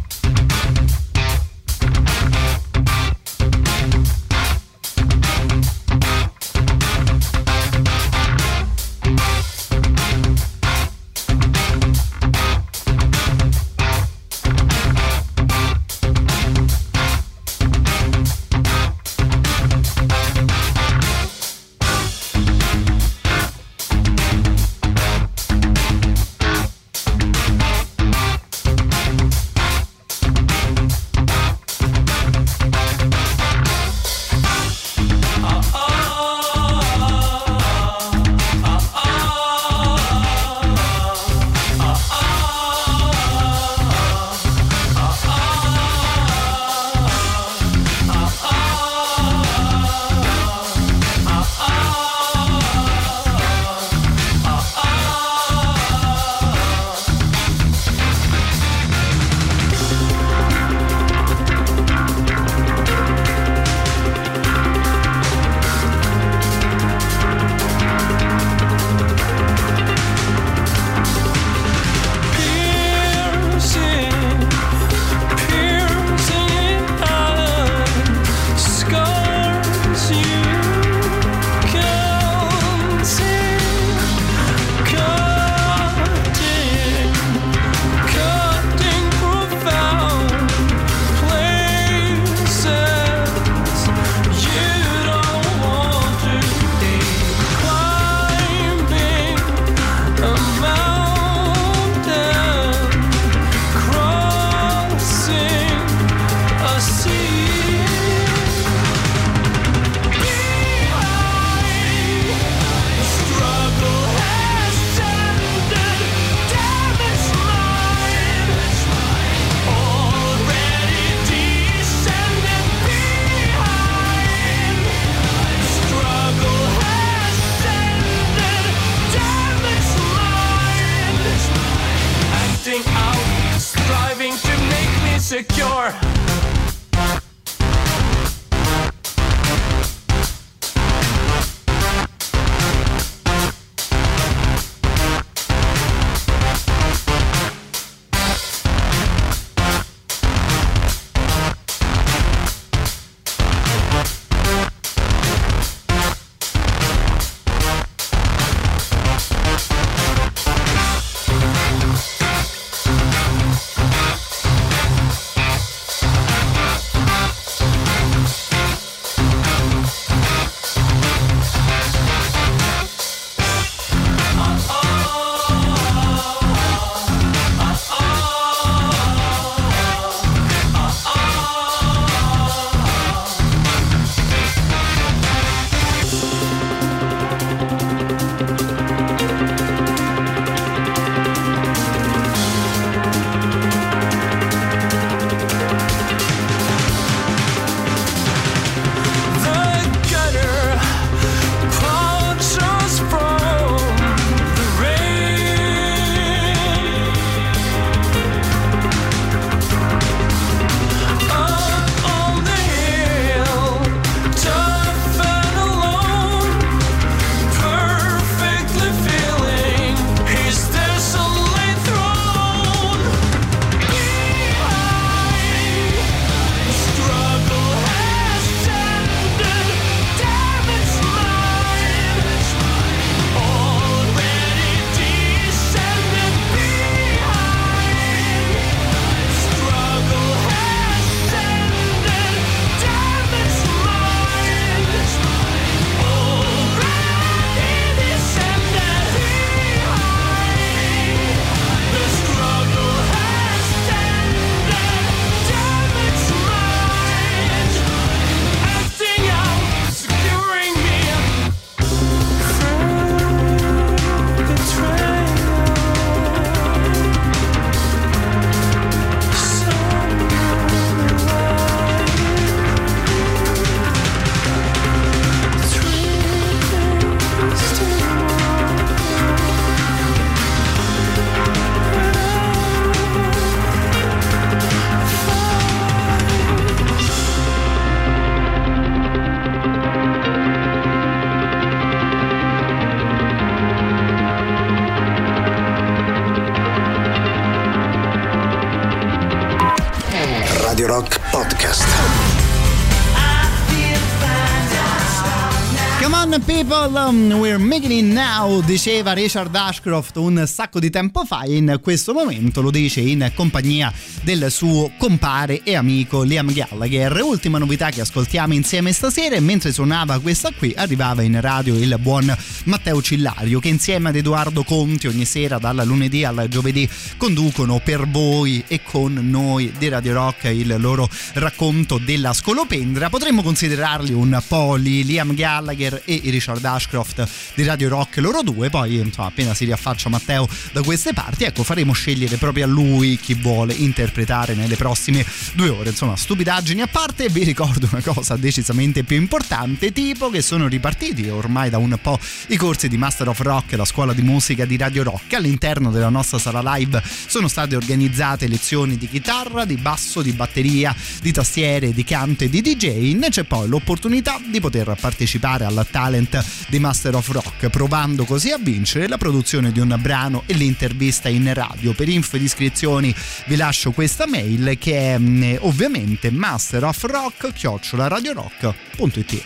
secure. on people, we're making it now, diceva Richard Ashcroft un sacco di tempo fa, e in questo momento lo dice in compagnia del suo compare e amico Liam Gallagher. Ultima novità che ascoltiamo insieme stasera, e mentre suonava questa qui arrivava in radio il buon Matteo Cillario, che insieme ad Edoardo Conti ogni sera dal lunedì al giovedì conducono per voi e con noi di Radio Rock il loro racconto della scolopendra. Potremmo considerarli un po' Liam Gallagher e Richard Ashcroft di Radio Rock, loro due. Poi insomma, appena si riaffaccia Matteo da queste parti, ecco, faremo scegliere proprio a lui chi vuole interpretare nelle prossime 2 ore. Insomma, stupidaggini a parte, vi ricordo una cosa decisamente più importante, tipo che sono ripartiti ormai da un po' i corsi di Master of Rock, la scuola di musica di Radio Rock. All'interno della nostra sala live sono state organizzate lezioni di chitarra, di basso, di batteria, di tastiere, di canto e di DJing. C'è poi l'opportunità di poter partecipare al talent di Master of Rock, provando così a vincere la produzione di un brano e l'intervista in radio. Per info ed iscrizioni vi lascio questa mail, che è ovviamente masterofrock@radiorock.it.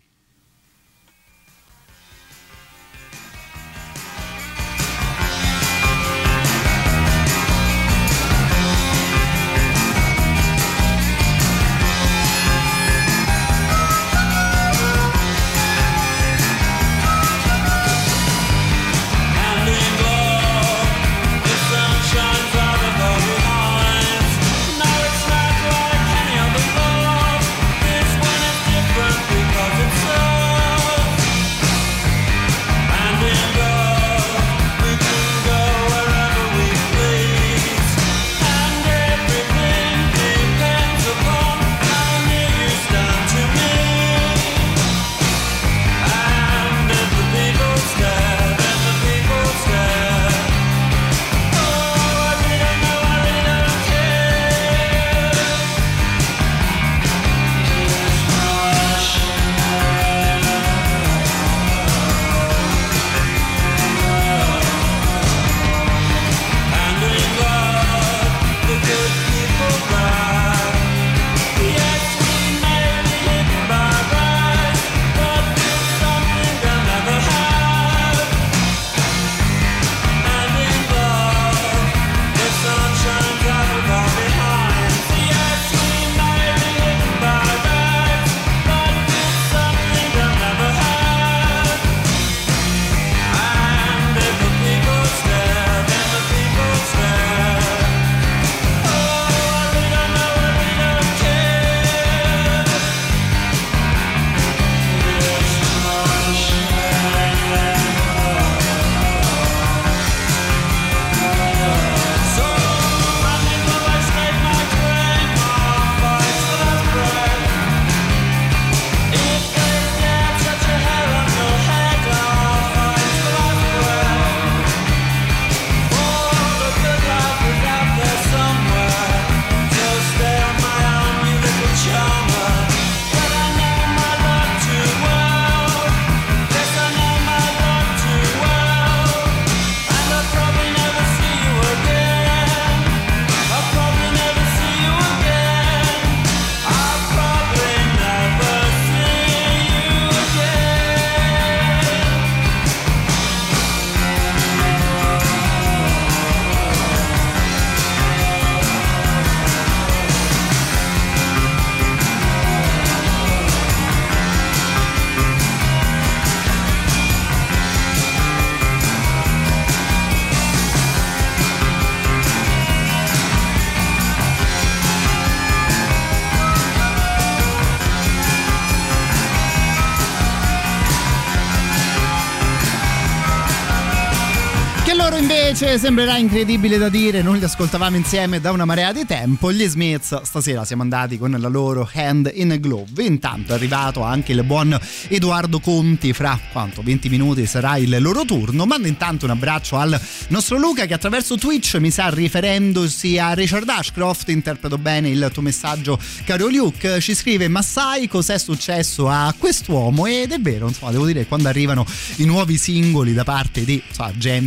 Invece sembrerà incredibile da dire, non li ascoltavamo insieme da una marea di tempo. Gli Smiths stasera siamo andati con la loro Hand in Glove. Intanto è arrivato anche il buon Edoardo Conti, fra 20 minuti sarà il loro turno. Mando intanto un abbraccio al nostro Luca, che attraverso Twitch mi sa, riferendosi a Richard Ashcroft, interpreto bene il tuo messaggio caro Luke, ci scrive: ma sai cos'è successo a quest'uomo? Ed è vero, insomma, devo dire, quando arrivano i nuovi singoli da parte di gente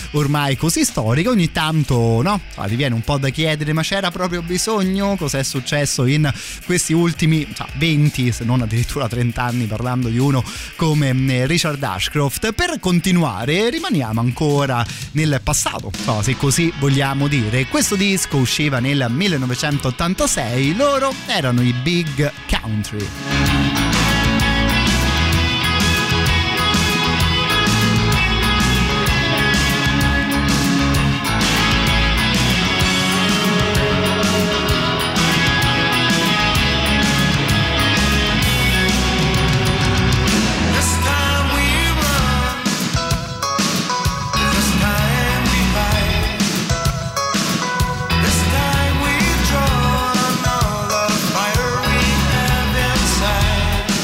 ormai così storica. Ogni tanto, no, ti viene un po' da chiedere: ma c'era proprio bisogno? Cos'è successo in questi ultimi 20, se non addirittura 30 anni, parlando di uno come Richard Ashcroft? Per continuare rimaniamo ancora nel passato, se così vogliamo dire. Questo disco usciva nel 1986, loro erano i Big Country. Fire we have inside.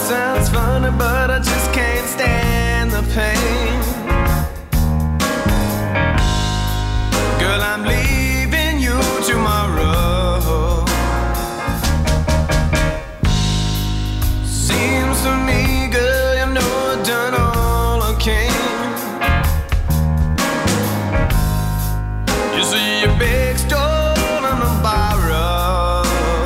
sounds funny, but I just can't stand the pain. Girl, I'm leaving you tomorrow. Seems to me, girl, you know I've done all I can. You see your big stone on the borrow.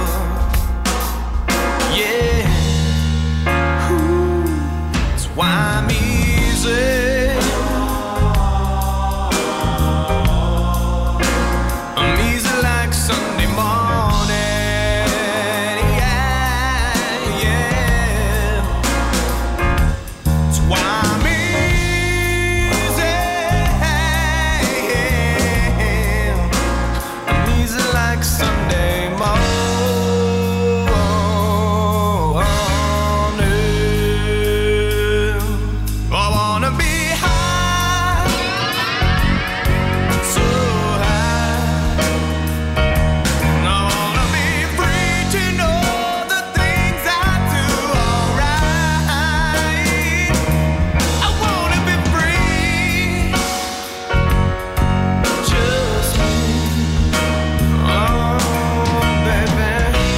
Yeah. Ooh, that's why I'm easy. I'm easy like Sunday morning. Yeah, yeah. That's why I'm easy. I'm easy like Sunday morning. I wanna be high, so high. I wanna be free to know the things I do alright. I wanna be free, just me. Oh, baby.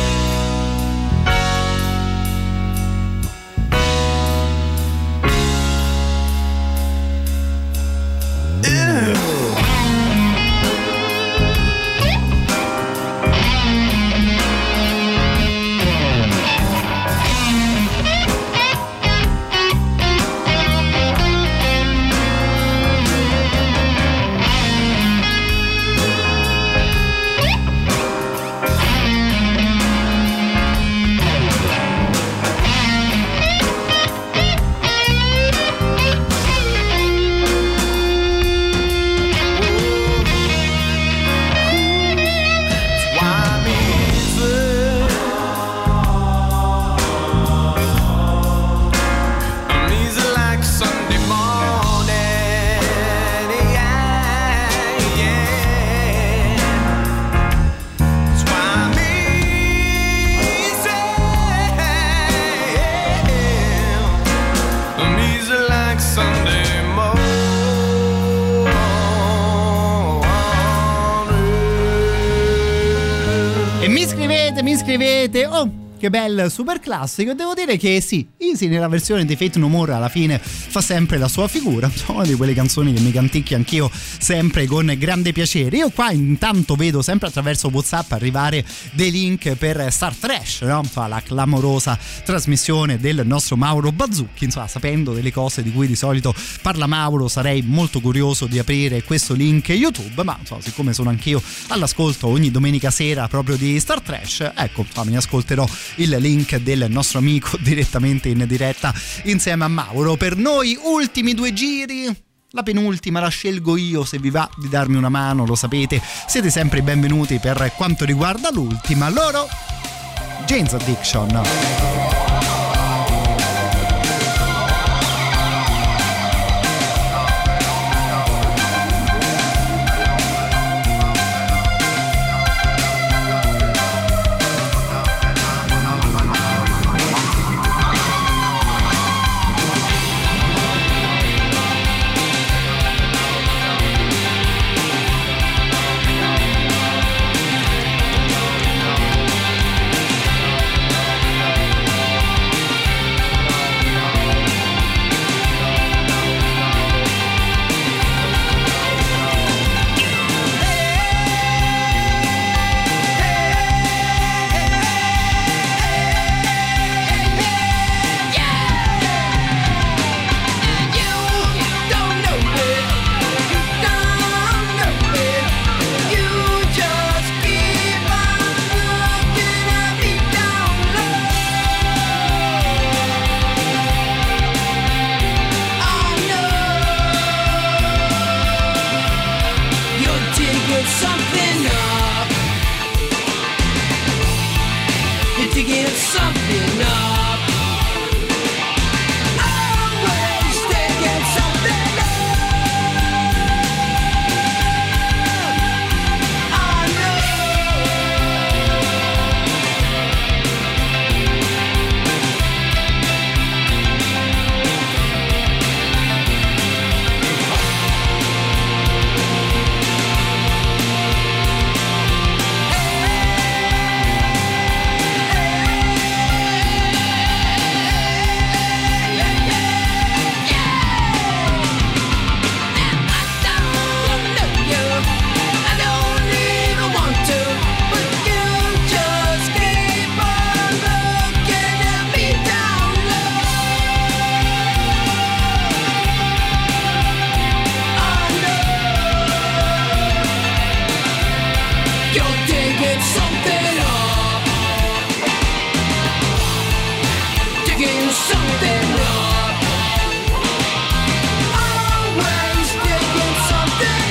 I'm easy like Sunday morning. Yeah, yeah. That's why I'm easy. I'm easy like Sunday morning. E mi scrivete, oh, che bel super classico. E devo dire che sì, Easy nella versione di Faith No More alla fine fa sempre la sua figura. Una di quelle canzoni che mi canticchio anch'io sempre con grande piacere. Io qua intanto vedo sempre attraverso WhatsApp arrivare dei link per Star Trash, no? La clamorosa trasmissione del nostro Mauro Bazzucchi. Insomma, sapendo delle cose di cui di solito parla Mauro, sarei molto curioso di aprire questo link YouTube, ma insomma, siccome sono anch'io all'ascolto ogni domenica sera proprio di Star Trash, ecco, mi ascolterò il link del nostro amico direttamente in diretta insieme a Mauro. Per noi ultimi due giri, la penultima la scelgo io, se vi va di darmi una mano, lo sapete, siete sempre benvenuti per quanto riguarda l'ultima. Loro, Jane's Addiction. I something up. Always digging something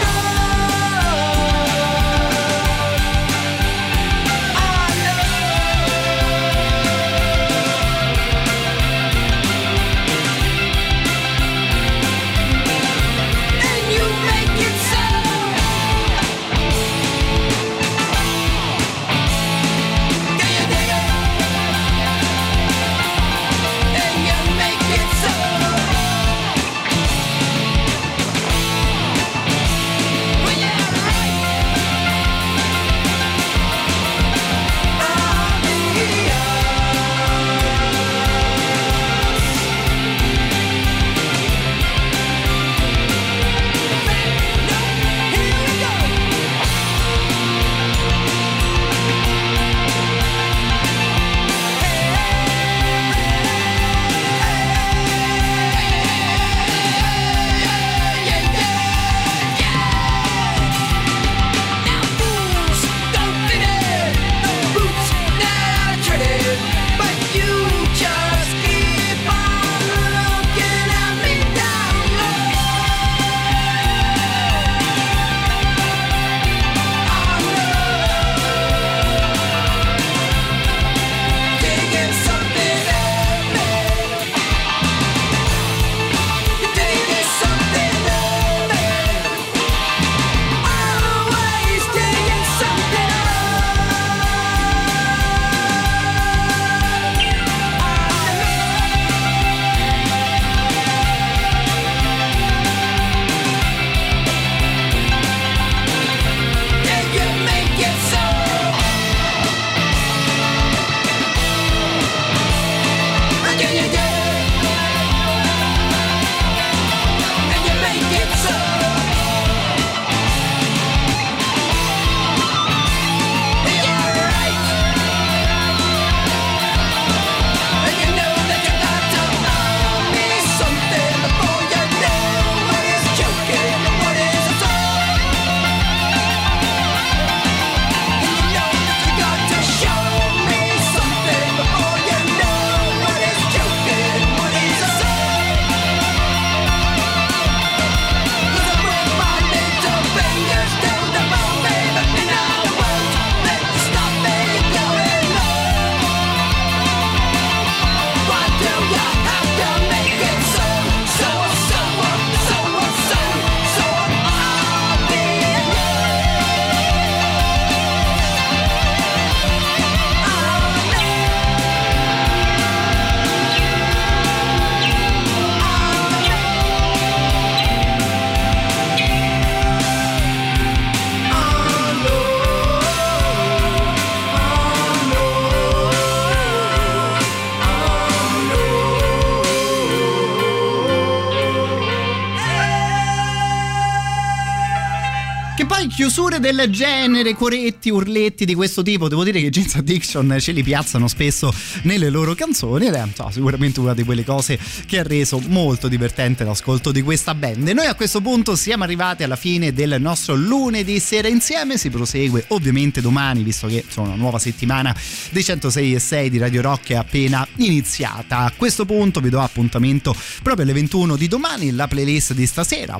chiusure del genere, coretti, urletti di questo tipo, devo dire che Jane's Addiction ce li piazzano spesso nelle loro canzoni ed è sicuramente una di quelle cose che ha reso molto divertente l'ascolto di questa band. E noi a questo punto siamo arrivati alla fine del nostro lunedì sera insieme. Si prosegue ovviamente domani, visto che una nuova settimana dei 106.6 di Radio Rock è appena iniziata. A questo punto vi do appuntamento proprio alle 21 di domani. La playlist di stasera,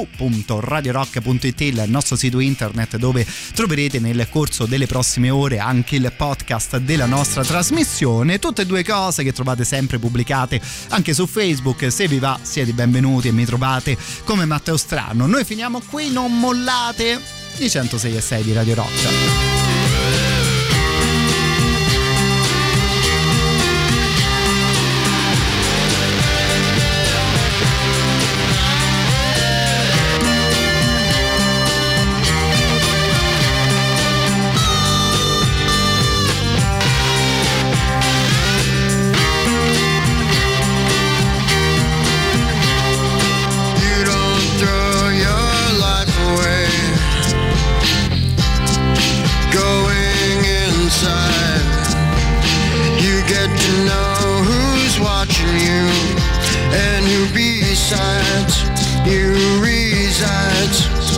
www.radiorock.it, il nostro sito internet, dove troverete nel corso delle prossime ore anche il podcast della nostra trasmissione. Tutte e due cose che trovate sempre pubblicate anche su Facebook. Se vi va, siete benvenuti e mi trovate come Matteo Strano. Noi finiamo qui, non mollate, i 106.6 di Radio Rock. You reside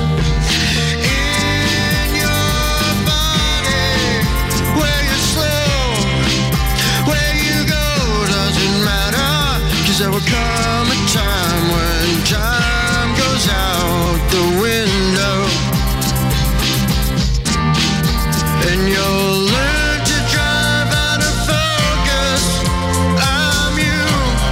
in your body, where you're slow, where you go doesn't matter. Cause there will come a time when time goes out the window, and you'll learn to drive out of focus. I'm you,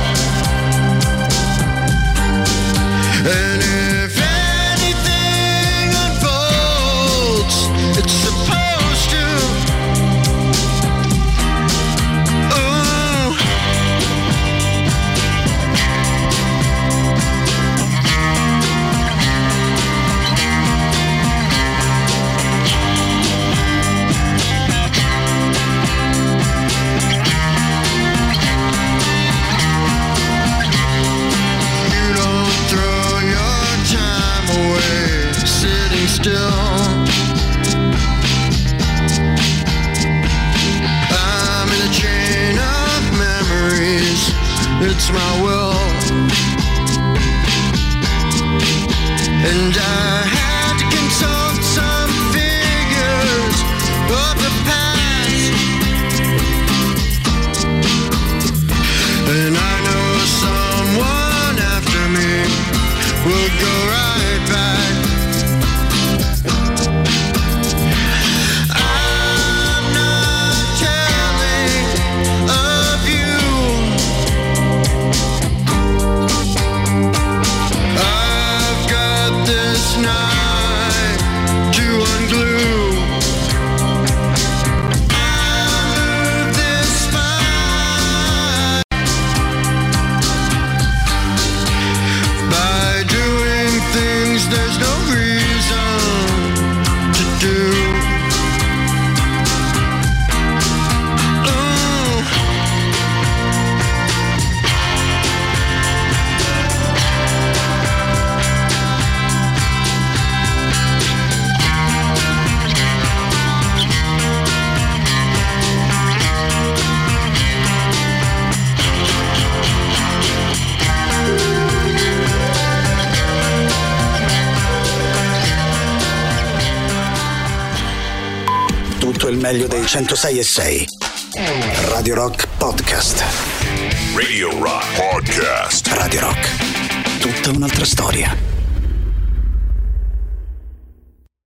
and if anything unfolds, it's supposed to. Ooh. You don't throw your time away sitting still. I'm in a chain of memories, it's my will, and I had to consult some figures of the past, and I know someone after me will go right back. I'm not telling of you. I've got this night to unglue. I move this fight by doing things there's no reason to do. Ooh. Tutto il meglio dei 106.6. Radio Rock Podcast. Radio Rock Podcast. Radio Rock. Tutta un'altra storia.